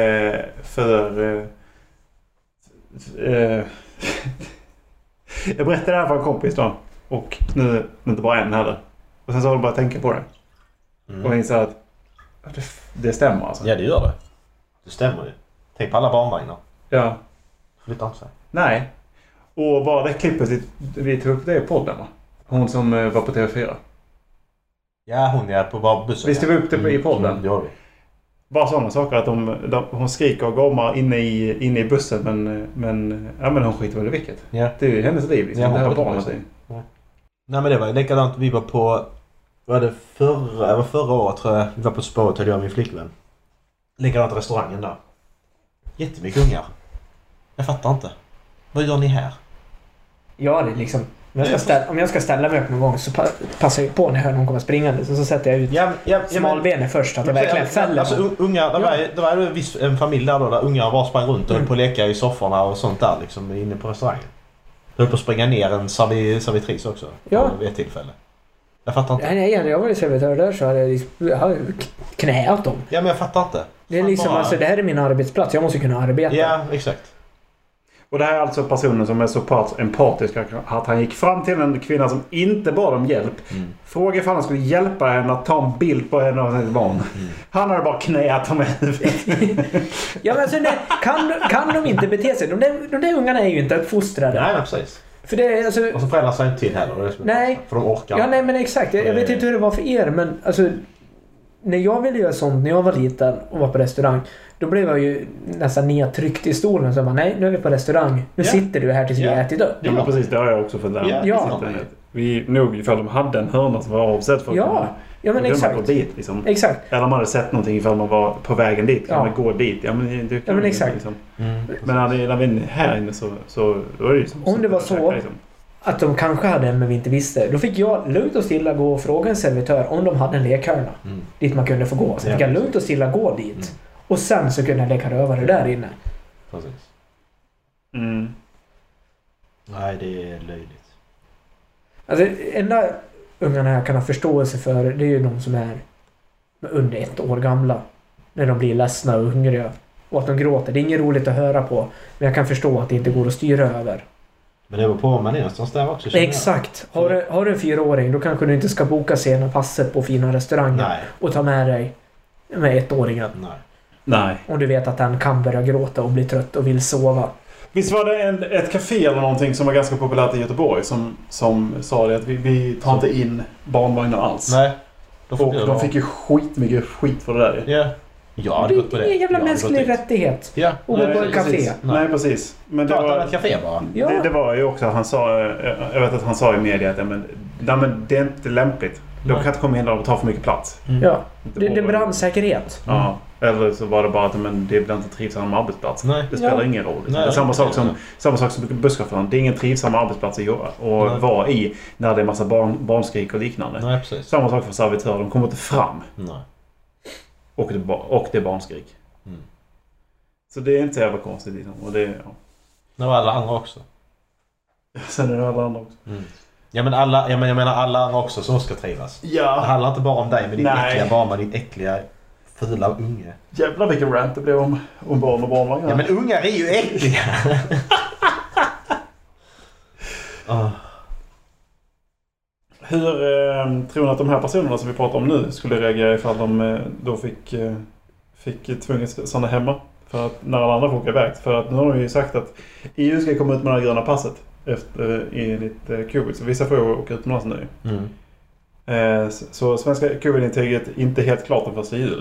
jag berättade det här för en kompis då. Och nu inte bara en heller. Och sen så har jag bara tänka på det. Och inser att det stämmer alltså. Ja, det gör det. Det stämmer ju. Tänk på alla barnvagnar. Ja. Flyttar inte sig. Nej. Och bara det klippet vi tog upp det i podden, va? Hon som var på TV4. Ja, hon är på bussen. Visst vi upp det i podden? Det gör vi. Bara sådana saker att hon skriker och gommar inne i bussen men hon skiter väl i vilket. Ja. Det är ju hennes liv liksom. Ja, det här hon barnets liv. Nej men det var ju likadant. Vi var på förra året tror jag. Vi var på spåret och jag och min flickvän. Likadant restaurangen där. Jättemycket ungar. Jag fattar inte. Vad gör ni här? Ja, det är liksom... Om jag ska ställa mig upp någon gång så passar jag på när jag hör någon komma springande. Så sätter jag ut smalbenet först. Att det verkligen fäller. Alltså ungar, det var en familj där ungar bara sprang runt och höll på att leka i sofforna och sånt där liksom inne på restaurangen. De höll på att springa ner en servitris också. Ja. Vid ett tillfälle. Jag fattar inte. Nej, jag var ju servitör där så hade jag knäat dem. Ja, men jag fattar inte. Det är liksom, alltså det här är min arbetsplats. Jag måste kunna arbeta. Ja, exakt. Och det här är alltså personen som är så pass empatisk att han gick fram till en kvinna som inte bad om hjälp. Frågade ifall han skulle hjälpa henne att ta en bild på henne och sitt barn. Han hade bara knäat dem med huvudet. Ja, men alltså, kan de inte bete sig? De där ungarna är ju inte uppfostrade. Nej, precis. För det är, alltså, och så föräldrar sig inte till heller. Nej. För de orkar. Ja, nej men exakt. Jag vet inte hur det var för er, men alltså... När jag ville göra sånt när jag var liten och var på restaurang, då blev jag ju nästan nedtryckt i stolen. Så bara, nej, nu är vi på restaurang. Nu sitter du här tills vi ätit upp. Ja, men precis. Det har jag också funderat. Ja. Vi nog ifall de hade en hörna som var avsedd för ja, men exakt. Gå dit, liksom. Exakt. Eller man hade sett någonting ifall man var på vägen dit. Kan man gå dit? Ja, men det kan exakt. Liksom. Men när vi är här inne så då är det ju som... Om det var så... Liksom. Att de kanske hade en men vi inte visste. Då fick jag lugnt och stilla gå och fråga en servitör om de hade en lekhörna. Dit man kunde få gå. Så fick jag lugnt och stilla gå dit. Och sen så kunde jag leka rövare där inne. Precis. Nej, det är löjligt. Alltså, enda ungarna jag kan ha förståelse för, det är ju de som är under 1 år gamla. När de blir ledsna och hungriga. Och att de gråter. Det är inget roligt att höra på. Men jag kan förstå att det inte går att styra över. Men det var på man är någonstans där också. Exakt. Har du en 4-åring då kanske du inte ska boka sena passet på fina restauranger. Nej. Och ta med dig med 1-åringen. Nej. Om du vet att han kan börja gråta och bli trött och vill sova. Visst var det ett café eller någonting som var ganska populärt i Göteborg som sa det att vi tar inte in barnvagnar alls. Nej. De fick ju skitmycket skit för det där. Ja. Ja, det är en jävla mänsklig rättighet. Ja. Och gå på ett café. Nej, precis. Men det var ett café bara. Ja. Det var ju också han sa, jag vet att han sa i media att men det är inte lämpligt. De kan inte komma in där och ta för mycket plats. Ja. Det är brandsäkerhet. Ja. Eller så var det bara att men det blir inte trivsam arbetsplats. Nej. Det spelar ingen roll. Nej, det är samma sak som busschauffören. Det är ingen trivsam arbetsplats att göra och vara i när det är massa barnskrik och liknande. Nej, precis. Samma sak för servitörer. De kommer inte fram. Nej. Och det är barnskrik. Så det är inte så jävla konstigt liksom. Och det Det var alla andra också. Sen är det alla andra också. Ja, men jag menar alla andra också som ska trivas. Ja. Det handlar inte bara om dig med din äckliga barn, med din äckliga fula unge. Jävlar vilken rant det blev om barn och barnvagnar. Ja, men ungar är ju äckliga. Hur tror ni att de här personerna som vi pratar om nu skulle reagera ifall de då fick tvunget stanna hemma? För att när alla andra får åka iväg. För att nu har de ju sagt att EU ska komma ut med det gröna passet enligt covid. Så vissa får åka utomlands nu. Så svenska covid-intyget är inte helt klart den 1 juli.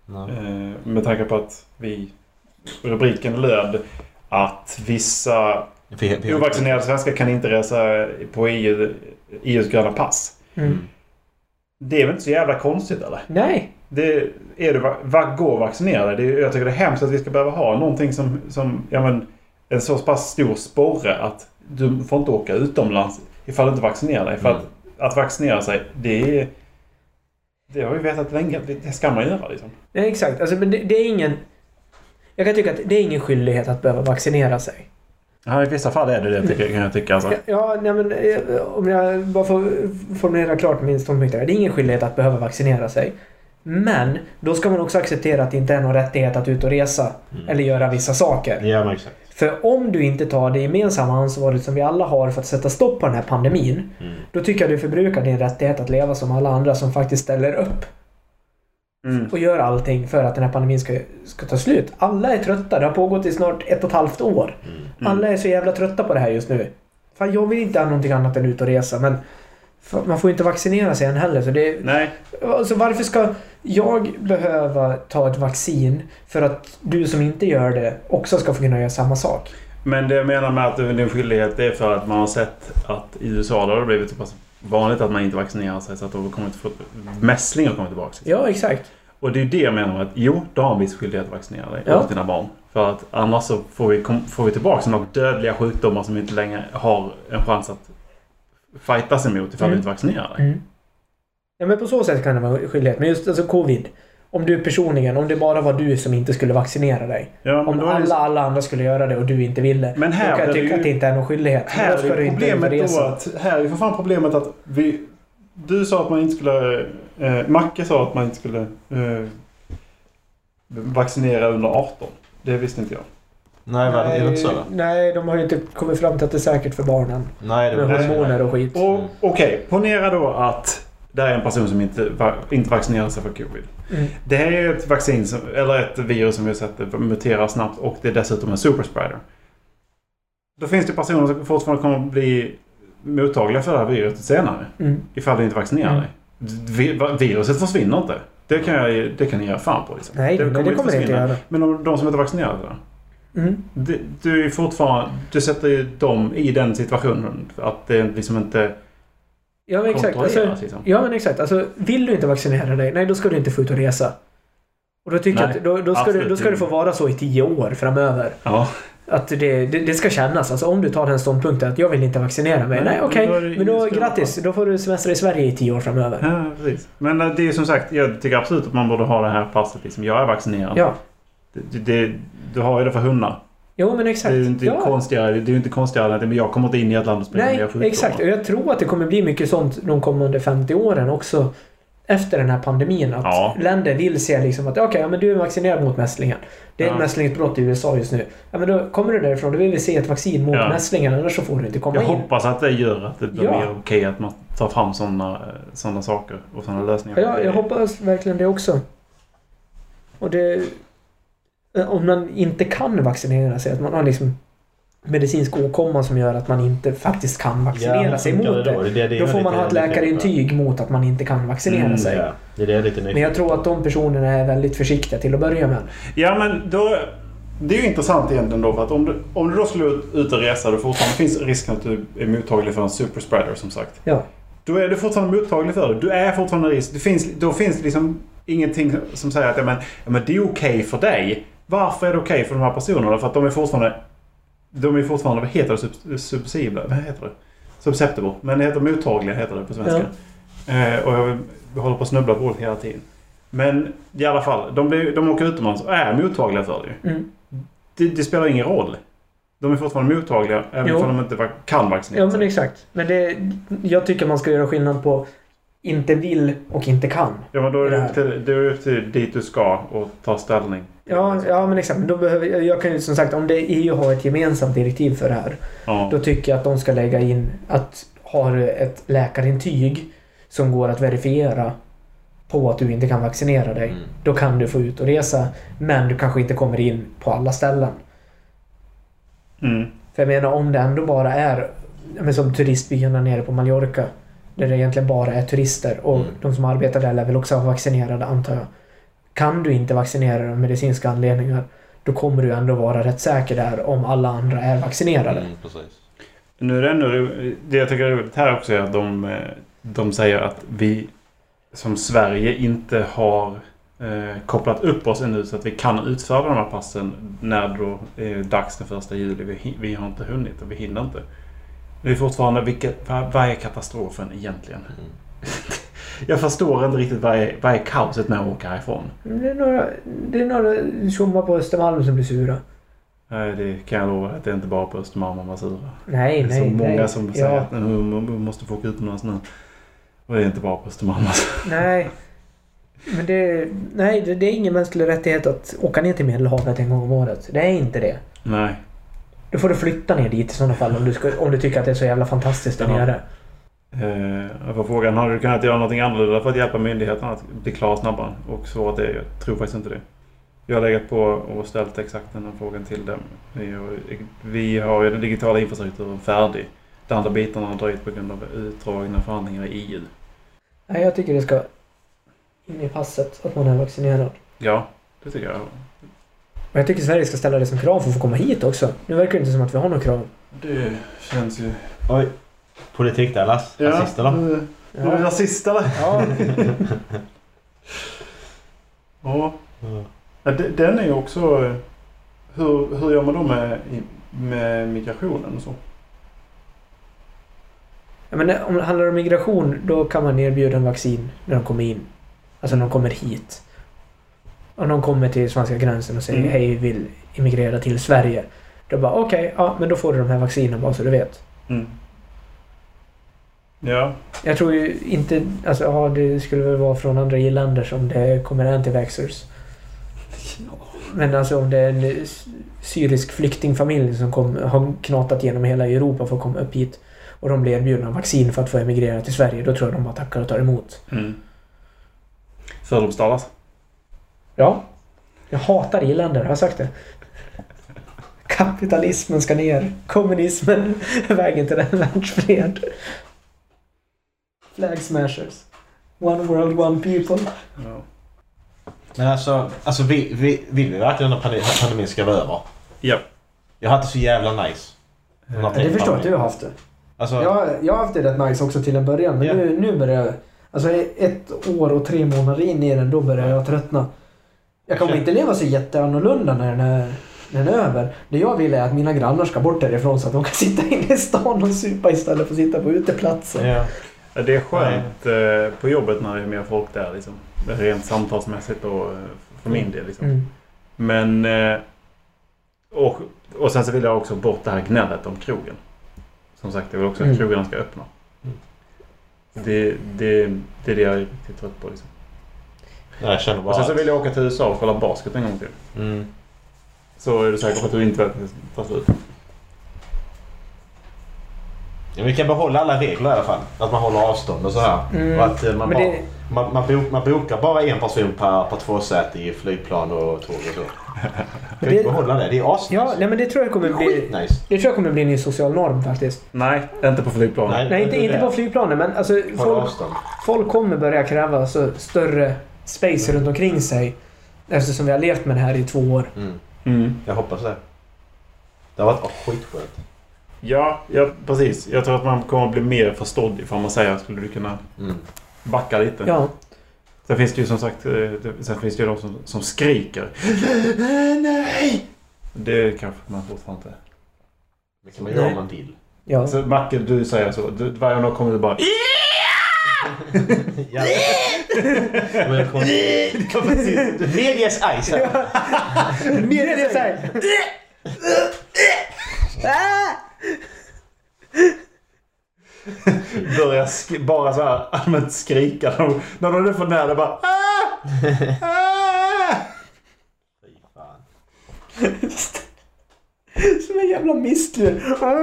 Med tanke på att rubriken löd att vissa ovaccinerade svenskar kan inte resa på EUs gröna pass. Det är väl inte så jävla konstigt, eller? Nej. Gå vaccinerade. Jag tycker det är hemskt att vi ska behöva ha någonting som en så pass stor sporre att du får inte åka utomlands ifall du inte vaccinerar dig. För att vaccinera sig, det har vi vetat länge. Det ska man göra liksom. Ja, exakt. Alltså, men det är ingen... Jag kan tycka att det är ingen skyldighet att behöva vaccinera sig. Ja, i vissa fall är det kan jag tycka. Alltså. Ja, nej, men om jag bara får formulera klart min ståndpunkt där. Det är ingen skyldighet att behöva vaccinera sig. Men då ska man också acceptera att det inte är någon rättighet att ut och resa eller göra vissa saker. Ja, men exakt. För om du inte tar det gemensamma ansvaret som vi alla har för att sätta stopp på den här pandemin, då tycker jag du förbrukar din rättighet att leva som alla andra som faktiskt ställer upp. Och gör allting för att den här pandemin ska ta slut. Alla är trötta. Det har pågått i snart 1,5 år. Alla är så jävla trötta på det här just nu. Fan, jag vill inte ha någonting annat än ut och resa. Men man får inte vaccinera sig än heller. Så Nej. Alltså, varför ska jag behöva ta ett vaccin för att du som inte gör det också ska få kunna göra samma sak? Men det jag menar med att det är en skyldighet, det är för att man har sett att i USA har det blivit så pass vanligt att man inte vaccinerar sig så att de kommer inte få mässlingar kommer tillbaka. Ja, exakt. Och det är det jag menar med att du har en viss skyldighet att vaccinera dig åt dina barn. För att annars så får vi tillbaka några dödliga sjukdomar som vi inte längre har en chans att fightas emot ifall vi inte vaccinerar dig. Ja, men på så sätt kan det vara skyldighet. Men just alltså covid. Om det bara var du som inte skulle vaccinera dig. Ja, om alla andra skulle göra det och du inte ville. Men här då kan jag tycka att det inte är någon skyldighet. Här är problemet att du sa att man inte skulle... Macke sa att man inte skulle vaccinera under 18. Det visste inte jag. Nej, är det inte så? Nej, de har ju inte kommit fram till att det är säkert för barnen. Nej, det med hormoner och skit. Okej, ponera då att det är en person som inte vaccinerar sig för covid. Det här är ett vaccin eller ett virus som vi har sett muterar snabbt och det är dessutom en superspreader. Då finns det personer som fortfarande kommer att bli mottagliga för det här viruset senare. Ifall du inte vaccinerar dig. Viruset försvinner inte. Det kan ni göra fan på. Liksom. Nej, det kommer det inte göra. Men om de som inte är vaccinerade då? Du är fortfarande... Du sätter ju dem i den situationen att det liksom inte... Ja, men exakt. Liksom. Ja, men exakt. Alltså, vill du inte vaccinera dig, nej, då ska du inte få ut och resa. Och då tycker jag att då ska det få vara så i 10 år framöver. Ja. Att det ska kännas. Alltså om du tar den ståndpunkten att jag vill inte vaccinera mig. Nej, okej. Men då grattis. Då får du semester i Sverige i 10 år framöver. Ja, precis. Men det är som sagt, jag tycker absolut att man borde ha det här passet. Liksom. Jag är vaccinerad. Ja. Du har ju det för hundar. Jo, men exakt. Det är ju inte konstigare än att jag kommer inte in i ett land och springer. Nej, exakt. Och jag tror att det kommer bli mycket sånt de kommande 50 åren också. Efter den här pandemin. Att länder vill se liksom att men du är vaccinerad mot mässlingen. Det är ett mässlingsbrott i USA just nu. Ja, men då kommer du därifrån. Då vill vi se ett vaccin mot mässlingen. Annars så får du inte komma in. Jag hoppas att det gör att det blir okej att man tar fram sådana saker och sådana lösningar. Ja, jag hoppas verkligen det också. Och det... Om man inte kan vaccinera sig. Att man har liksom medicinsk åkomma som gör att man inte faktiskt kan vaccinera sig mot det. Då får man ha ett läkarintyg mot att man inte kan vaccinera sig. Ja. Det är lite men jag tror att de personerna är väldigt försiktiga till att börja med. Ja, men då... Det är ju intressant egentligen då, för att om du då skulle ut och resa, då fortfarande finns risken att du är mottaglig för en superspreader, som sagt. Ja. Då är du fortfarande mottaglig för det. Du är fortfarande risk. Då finns det liksom ingenting som säger att men det är okej för dig. Varför är det okej för de här personerna? För att de är fortfarande, vad heter det? Subsibla? Vad heter det? Susceptible. Men det heter mottagliga, heter det på svenska. Ja. Och jag håller på att snubbla på det hela tiden. Men i alla fall, de åker utomlands och är mottagliga för det. Det spelar ingen roll. De är fortfarande mottagliga även om de inte kan vaccinera sig. Ja, men exakt. Men jag tycker man ska göra skillnad på inte vill och inte kan. Ja, men då är det upp till dit du ska och ta ställning. Ja, men exakt. Men då jag kan ju som sagt, om det EU har ett gemensamt direktiv för det här, då tycker jag att de ska lägga in att har ett läkarintyg som går att verifiera på att du inte kan vaccinera dig. Då kan du få ut och resa, men du kanske inte kommer in på alla ställen. För jag menar, om det ändå bara är som turistbyarna nere på Mallorca, där det egentligen bara är turister och de som arbetar där lär väl också vara vaccinerade, antar jag. kan du inte vaccinera dig av medicinska anledningar, då kommer du ändå vara rätt säker där om alla andra är vaccinerade. Precis. Nu är det ändå, det jag tycker är roligt här också är att de säger att vi som Sverige inte har kopplat upp oss ännu så att vi kan utföra de här passen när då är dags den 1 juli. Vi har inte hunnit och vi hinner inte. Det är fortfarande, vad är katastrofen egentligen? Jag förstår inte riktigt vad är kaoset när jag åker härifrån. Det är några tjommar på Östermalm som blir sura. Nej, det kan jag lova att det är inte bara på Östermalm man var sura. Nej. Det är så många som säger att nu måste få åka utomlands nu. Och det är inte bara på Östermalm. Nej. Men det är ingen mänsklig rättighet att åka ner till Medelhavet en gång om året. Det är inte det. Nej. Då får du flytta ner dit i sådana fall om du tycker att det är så jävla fantastiskt där nere. Jag får frågan, har du kunnat göra någonting annorlunda för att hjälpa myndigheterna att bli klara snabbare? Och så att det, jag tror faktiskt inte det. Jag har legat på och ställt exakt den här frågan till dem. Vi har ju den digitala infrastrukturen färdig. De andra bitarna har dröjt på grund av utdragna förhandlingar i EU. Nej, jag tycker det ska in i passet att man är vaccinerad. Ja, det tycker jag. Och jag tycker Sverige ska ställa det som krav för att få komma hit också. Nu verkar det inte som att vi har några krav. Det känns ju... Oj. Politik där, Lass. Rasister då? Är du rasist eller? Ja. Ja. Den är ju också... Hur gör man då med migrationen och så? Ja, men om det handlar om migration, då kan man erbjuda en vaccin när de kommer in. Alltså när de kommer hit. Om de kommer till svenska gränsen och säger hej, vi vill immigrera till Sverige. Då bara okej, men då får du de här vaccinerna bara så du vet. Mm. Ja. Jag tror ju inte, alltså det skulle väl vara från andra länder som det kommer anti-vaxxers. Men alltså om det är en syrisk flyktingfamilj som har knatat genom hela Europa för att komma upp hit och de blir erbjudna vaccin för att få emigrera till Sverige, då tror jag de bara tackar och tar emot. Fördomsdalas. Ja. Jag hatar irländare, har jag sagt det. Kapitalismen ska ner. Kommunismen är vägen till den världsfred. Flag smashers. One world, one people. Ja. Men alltså vill vi verkligen att pandemin ska vara över? Ja. Jag har inte så jävla nice. Det förstår jag att du har haft det. Alltså, jag har haft det rätt nice också till en början. Men nu börjar jag... Alltså 1 år och 3 månader in i den, då börjar jag tröttna. Jag kommer inte leva så jätteannorlunda när den är över. Det jag vill är att mina grannar ska bort därifrån så att de kan sitta inne i stan och supa istället för att sitta på uteplatsen. Ja. Det är skönt på jobbet när det är mer folk där liksom. Rent samtalsmässigt och för min del liksom. Men och sen så vill jag också bort det här gnället om krogen. Som sagt, jag vill också att krogarna ska öppna. Det är det jag är riktigt trött på liksom. Jag känner bara och sen så vill jag åka till USA och kolla basket en gång till. Så är du säker på att du inte vet att det tar slut. Ja, vi kan behålla alla regler i alla fall. Att man håller avstånd och så här. Och att man bokar bara en person per 2 säte i flygplan och tåg och så. Kan vi behålla det? Det är asnice. Ja, nej, men det tror jag kommer bli... Nice. Det tror jag kommer bli en ny social norm faktiskt. Nej, inte på flygplanen. Nej, inte på flygplanen, men alltså folk kommer börja kräva alltså, större space runt omkring sig. Eftersom vi har levt med det här i 2 år. Jag hoppas det. Det har varit skitskönt. Ja, precis. Jag tror att man kommer att bli mer förstådd ifall man säger att skulle du kunna backa lite. Ja. Sen finns det ju som sagt sen finns det ju de som skriker. Nej! Det kanske man fortfarande inte. Det kan man göra om man vill. Ja. Så Macke, du säger så. Varje gång kommer du bara... Ja. Medias ice. Medias ice. Börjar bara så här allmänt skrika när de är för nära bara Fy fan. Som en jävla mistdjur.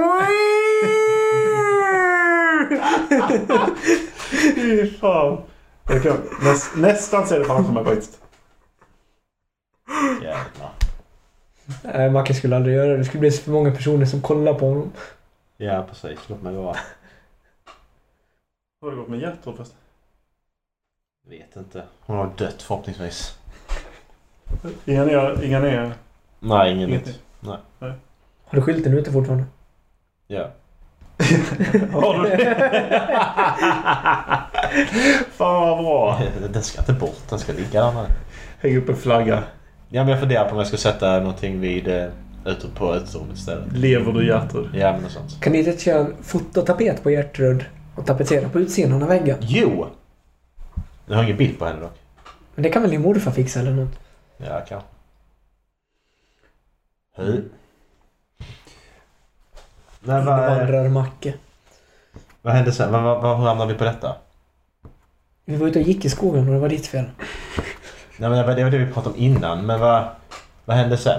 Fy fan. Nästan ser det framför mig faktiskt. Jävlar. Nej, Macke skulle aldrig göra det. Det skulle bli så för många personer som kollar på honom. Ja, precis. Låt mig vara. Har det gått med Gertrud först? Vet inte. Hon har dött förhoppningsvis. Inga nya? Nej, ingen nytt. Nej. Har du skylten ute fortfarande? Ja. Har du det? Fan vad bra. Den ska inte bort, den ska ligga där. Häng upp en flagga. Ja, men jag funderar på om jag ska sätta någonting vid ute på utrummet istället. Lever du Gertrud? Ja, men något sånt. Kan ni inte köra en fototapet på Gertrud och tapetsera på utsidan av väggen? Jo! Jag har ingen bild på henne dock. Men det kan väl din morfar fixa eller något? Ja, kanske. Hej. Men Invandrarmacke. vad hände sen? Hur hamnade vi på detta? Vi var ute och gick i skogen och det var ditt fel. Nej, men det var det vi pratade om innan. Men vad hände sen?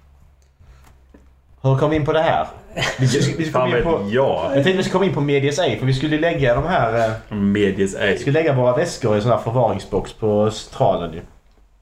Hur kom vi in på det här? Vi kom in på, jag tänkte vi skulle komma in på Medias A. För vi skulle lägga de här... Medias A. Vi skulle lägga våra väskor i en sån här förvaringsbox på centralen ju.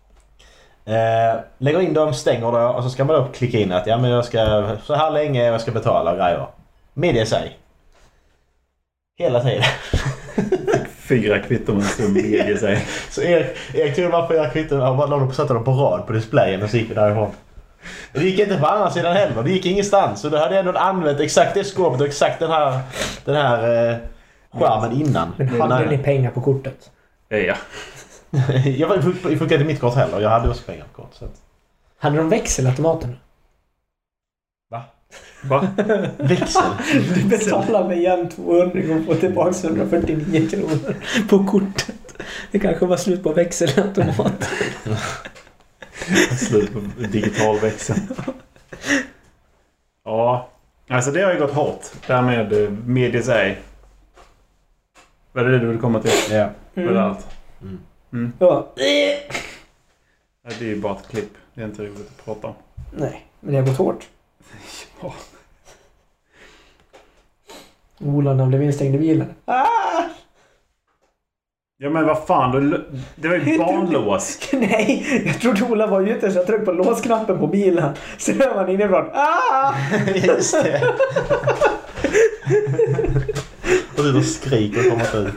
Lägger in dem, stänger då. Och så ska man upp klicka in att ja, men jag ska så här länge jag ska betala grejer. Medias A. Hela tiden. 4 kvitton som Medias A. Så Erik tog bara 4 kvitton och bara låg och satte dem på rad på displayen och så gick vi därifrån. Det gick inte på andra sidan heller. Det gick ingenstans. Så då hade jag ändå använt exakt det skåpet och exakt den här skärmen innan. Men hade ni pengar på kortet? Ja. Jag fick inte mitt kort heller. Jag hade också pengar på kort. Så att... Hade de växelautomaten? Va? Växel? Du betalar med igen 200 och får tillbaka 149 kronor på kortet. Det kanske var slut på växelautomat. Slut på digital växel. Ja. Alltså det har ju gått hårt. Där med Medias A. Vad är det du vill komma till? Ja. Med allt. Ja. Det är ju bara ett klipp. Det är inte roligt att prata om. Nej, men det har gått hårt. Ja. Ola blev instängd i bilen. Ja men vad fan, det var ju barnlås. Nej, jag trodde Ola var ute så jag tryckte på låsknappen på bilen. Så hör man inifrån. Just det. Och du då skriker och kommer ut.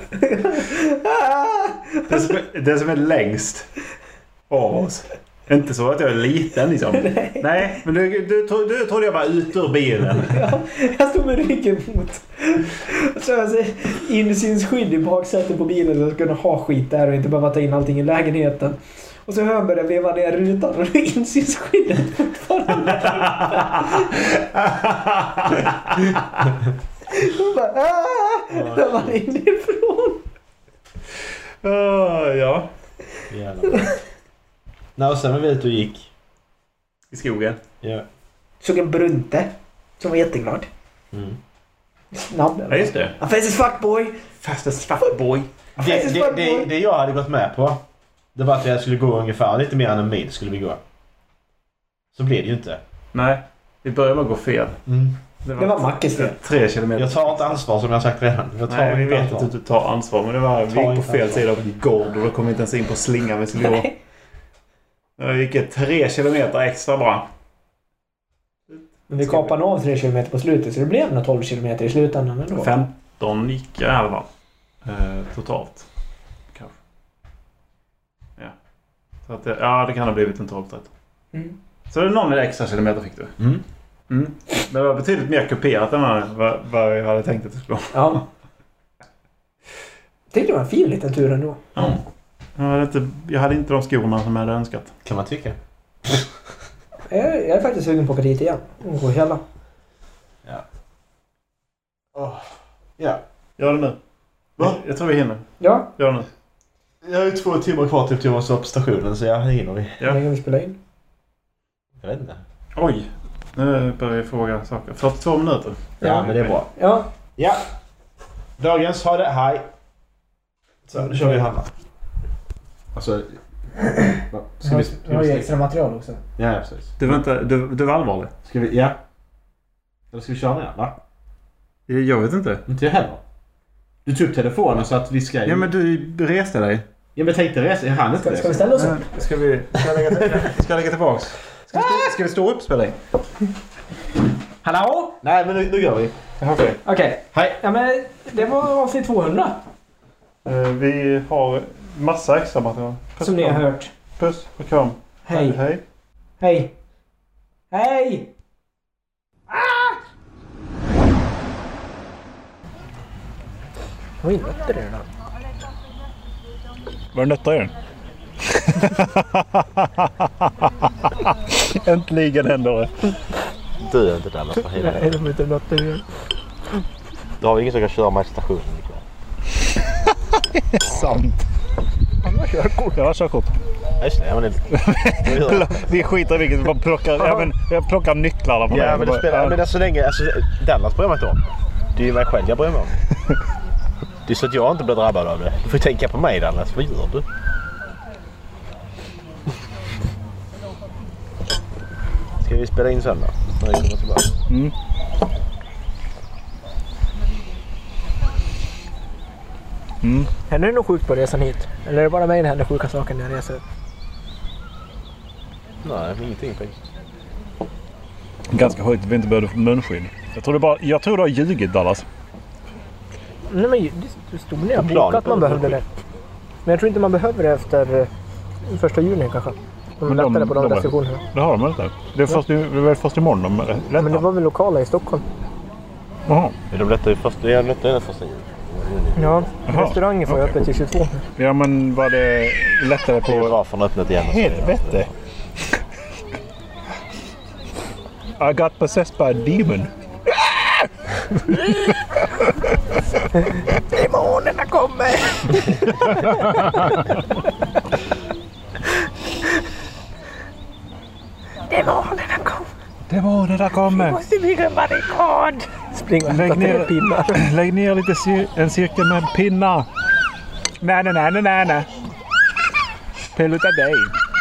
Det som är längst av oss. Inte så att jag är liten liksom. Nej, men du trodde jag var ut ur bilen. Ja, jag stod med ryggen mot. Så jag ser insynsskydd i baksätet på bilen så att kunna ha skit där och inte behöva ta in allting i lägenheten. Och så hör jag börja veva ner rutan och insynsskyddet fortfarande. Och bara där var inifrån. Ja. Jävlar. Nej, och sen var vi ute och gick. I skogen. Ja. Såg en brunte som var jätteglad. Snabb. Ja, just det. Fast as fuckboy. Fast as fuckboy. Det jag hade gått med på, det var att jag skulle gå ungefär lite mer än en mil skulle vi gå. Så blev det ju inte. Nej, vi började bara gå fel. Det var Mackes fel. 3 kilometer. Jag tar inte ansvar som jag sagt redan. Nej, vi vet att du inte tar ansvar. Men det var, vi gick på fel sida av en gård och då kom vi inte ens in på slingan vi skulle gå. Jag gick 3 kilometer extra bra. Men vi kapade av 3 kilometer på slutet så det blev nog 12 kilometer i slutändan ändå. 15 gick jag i alla fall. Totalt. Kanske. Ja. Så att det kan ha blivit en 12-13. Så det är någon extra kilometer fick du. Det var betydligt mer kuperat än vad jag hade tänkt att det skulle vara. Ja. Jag tyckte det var en fin liten tur ändå. Ja. Jag hade inte de skorna som jag hade önskat. Kan man tycka. Jag är faktiskt sugen på att åka dit igen. Och gå hela. Ja. Ja. Gör det nu. Va? Jag tror vi hinner. Ja. Gör det nu. Jag har ju 2 timmar kvar till jag måste upp på stationen så jag hinner vi. Ja. Hur länge vi spela in? Jag vet inte. Oj. Nu börjar vi fråga saker. 42 minuter. Ja, men det är bra. Ja. Dagens har det. Hej. Så, nu kör vi Hanna. Alltså... Jag har ju extra material också. Ja, precis. Du var allvarlig. Ska vi... Ja. Eller ska vi köra ner, va? Jag vet inte. Inte jag heller. Du tog upp telefonen så att vi ska... Ja, men du reste dig. Ja, men jag tänkte resa. Jag hann inte Ska vi ställa oss upp? Ska jag lägga tillbaks? Ska vi stå upp och spela in? Hallå? Nej, men nu gör vi. Okej. Hej. Ja, men det var avsnitt 200. Vi har massa extra material. Som ni har hört. Puss och kram. Hej. Hej. Hej. Hej! Oj, nötter är det där. Var nötter i den? Äntligen ändå. Du är inte Dallas för hela Nej, de är inte nötter i den. Du har ingen som kan köra mig till stationen ikväll. Sant. Han har körkort. Jag har körkort. Just det, men det... Vi skiter i vilket vi bara plockar. Ja, men jag plockar nycklarna på mig. Ja, men det spelar... Men så länge... Alltså, Dallas bryr mig inte om. Det är ju mig själv jag bryr mig om. Det är så att jag inte blir drabbad av det. Du får tänka på mig, Dallas. Vad gör du? Ska vi spela in sen då? Mm. Mm. Händer det något sjukt på resan hit? Eller är det bara mig det händer sjuka saker när jag reser? Nej, ingenting faktiskt. Ganska sjukt att vi inte behövde munskydd. Jag tror du har ljugit, Dallas. Nej, men det stod när jag bokade att man behövde det. Men jag tror inte man behöver det efter 1 juni kanske. De lättade på de restriktionerna. Det har de inte. Det är väl först imorgon de lättar. Men det var väl lokala i Stockholm. Jaha. Är de lättare först? Det är lättare först juni. Ja, restaurangen får öppet till 22. Ja, men var det lättare på... Biografen öppnat igen. Helvete! I got possessed by a demon. Demonerna kommer! Demonerna kommer! Demonerna kommer! Måste bygga en barrikad! Spring och hämta tre pinnar. Lägg ner lite en cirkel med pinnar. Nej. Pill utav dig.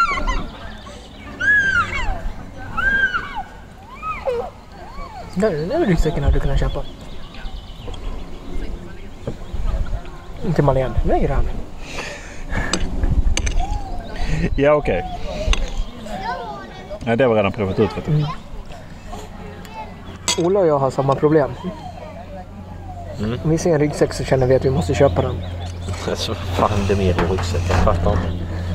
Den där ryggsäcken hade du kunnat köpa. Inte Malén. Nej, grann. Ja, okej. Nej, det var redan provat ut, vet du. Ola och jag har samma problem. Om vi ser en ryggsäck så känner vi att vi måste köpa den. Så fan det är mer i ryggsäck. Jag fattar inte.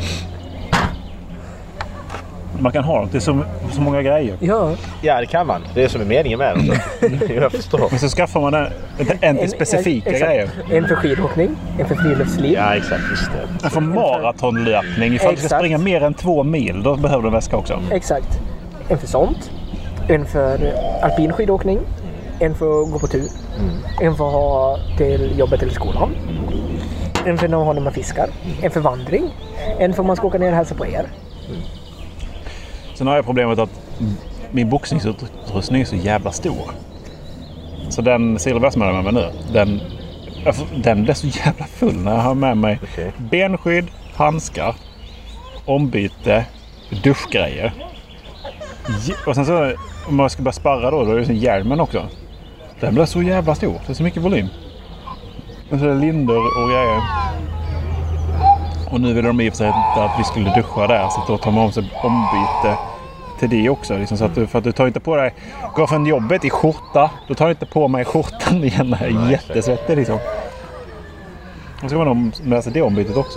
Man kan ha dem till så många grejer. Ja, det kan man. Det är som är meningen med det. Jag förstår. Men så skaffar man en till specifika grejer. En för skidåkning, en för friluftsliv. Ja, exakt. Just det. En för maratonlöpning. Ifall du ska springa mer än 2 mil, då behöver du en väska också. Exakt. En för sånt. En för alpin skidåkning. En för att gå på tur. En för att ha till jobbet eller skolan. En för att ha när man fiskar. En för vandring. En för att man ska åka ner och hälsa på er. Sen har jag problemet att min boxningsutrustning är så jävla stor. Så den silverväskan jag har med mig nu, den blir så jävla full när jag har med mig benskydd, handskar, ombyte, duschgrejer. Och sen så, om man ska börja sparra då är det som hjälmen också. Den blir så jävla stor, det är så mycket volym. Och så är det lindor och grejer. Och nu vill de i och för sig att vi skulle duscha där, så då tar man om sig ombyte till det också. Liksom, så att för att du tar inte på dig, går från jobbet i skjorta, då tar du inte på mig skjortan igen. Det är jättesvettigt liksom. Och så ska man läsa det ombytet också.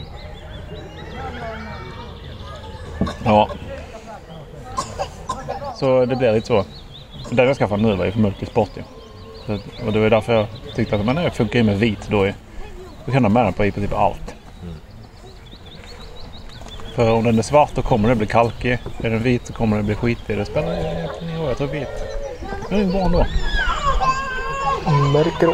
Ja. Så det blir lite så. Det jag skaffade nu var ju för multisport. Ja. Och det var därför jag tyckte att det funkar ju med vit då kan de med den på i princip allt. För om den är svart då kommer det bli kalkig. Är den vit så kommer det bli skitig. Det spelar jag tror vit. Det är bra ändå. Mörkgrå.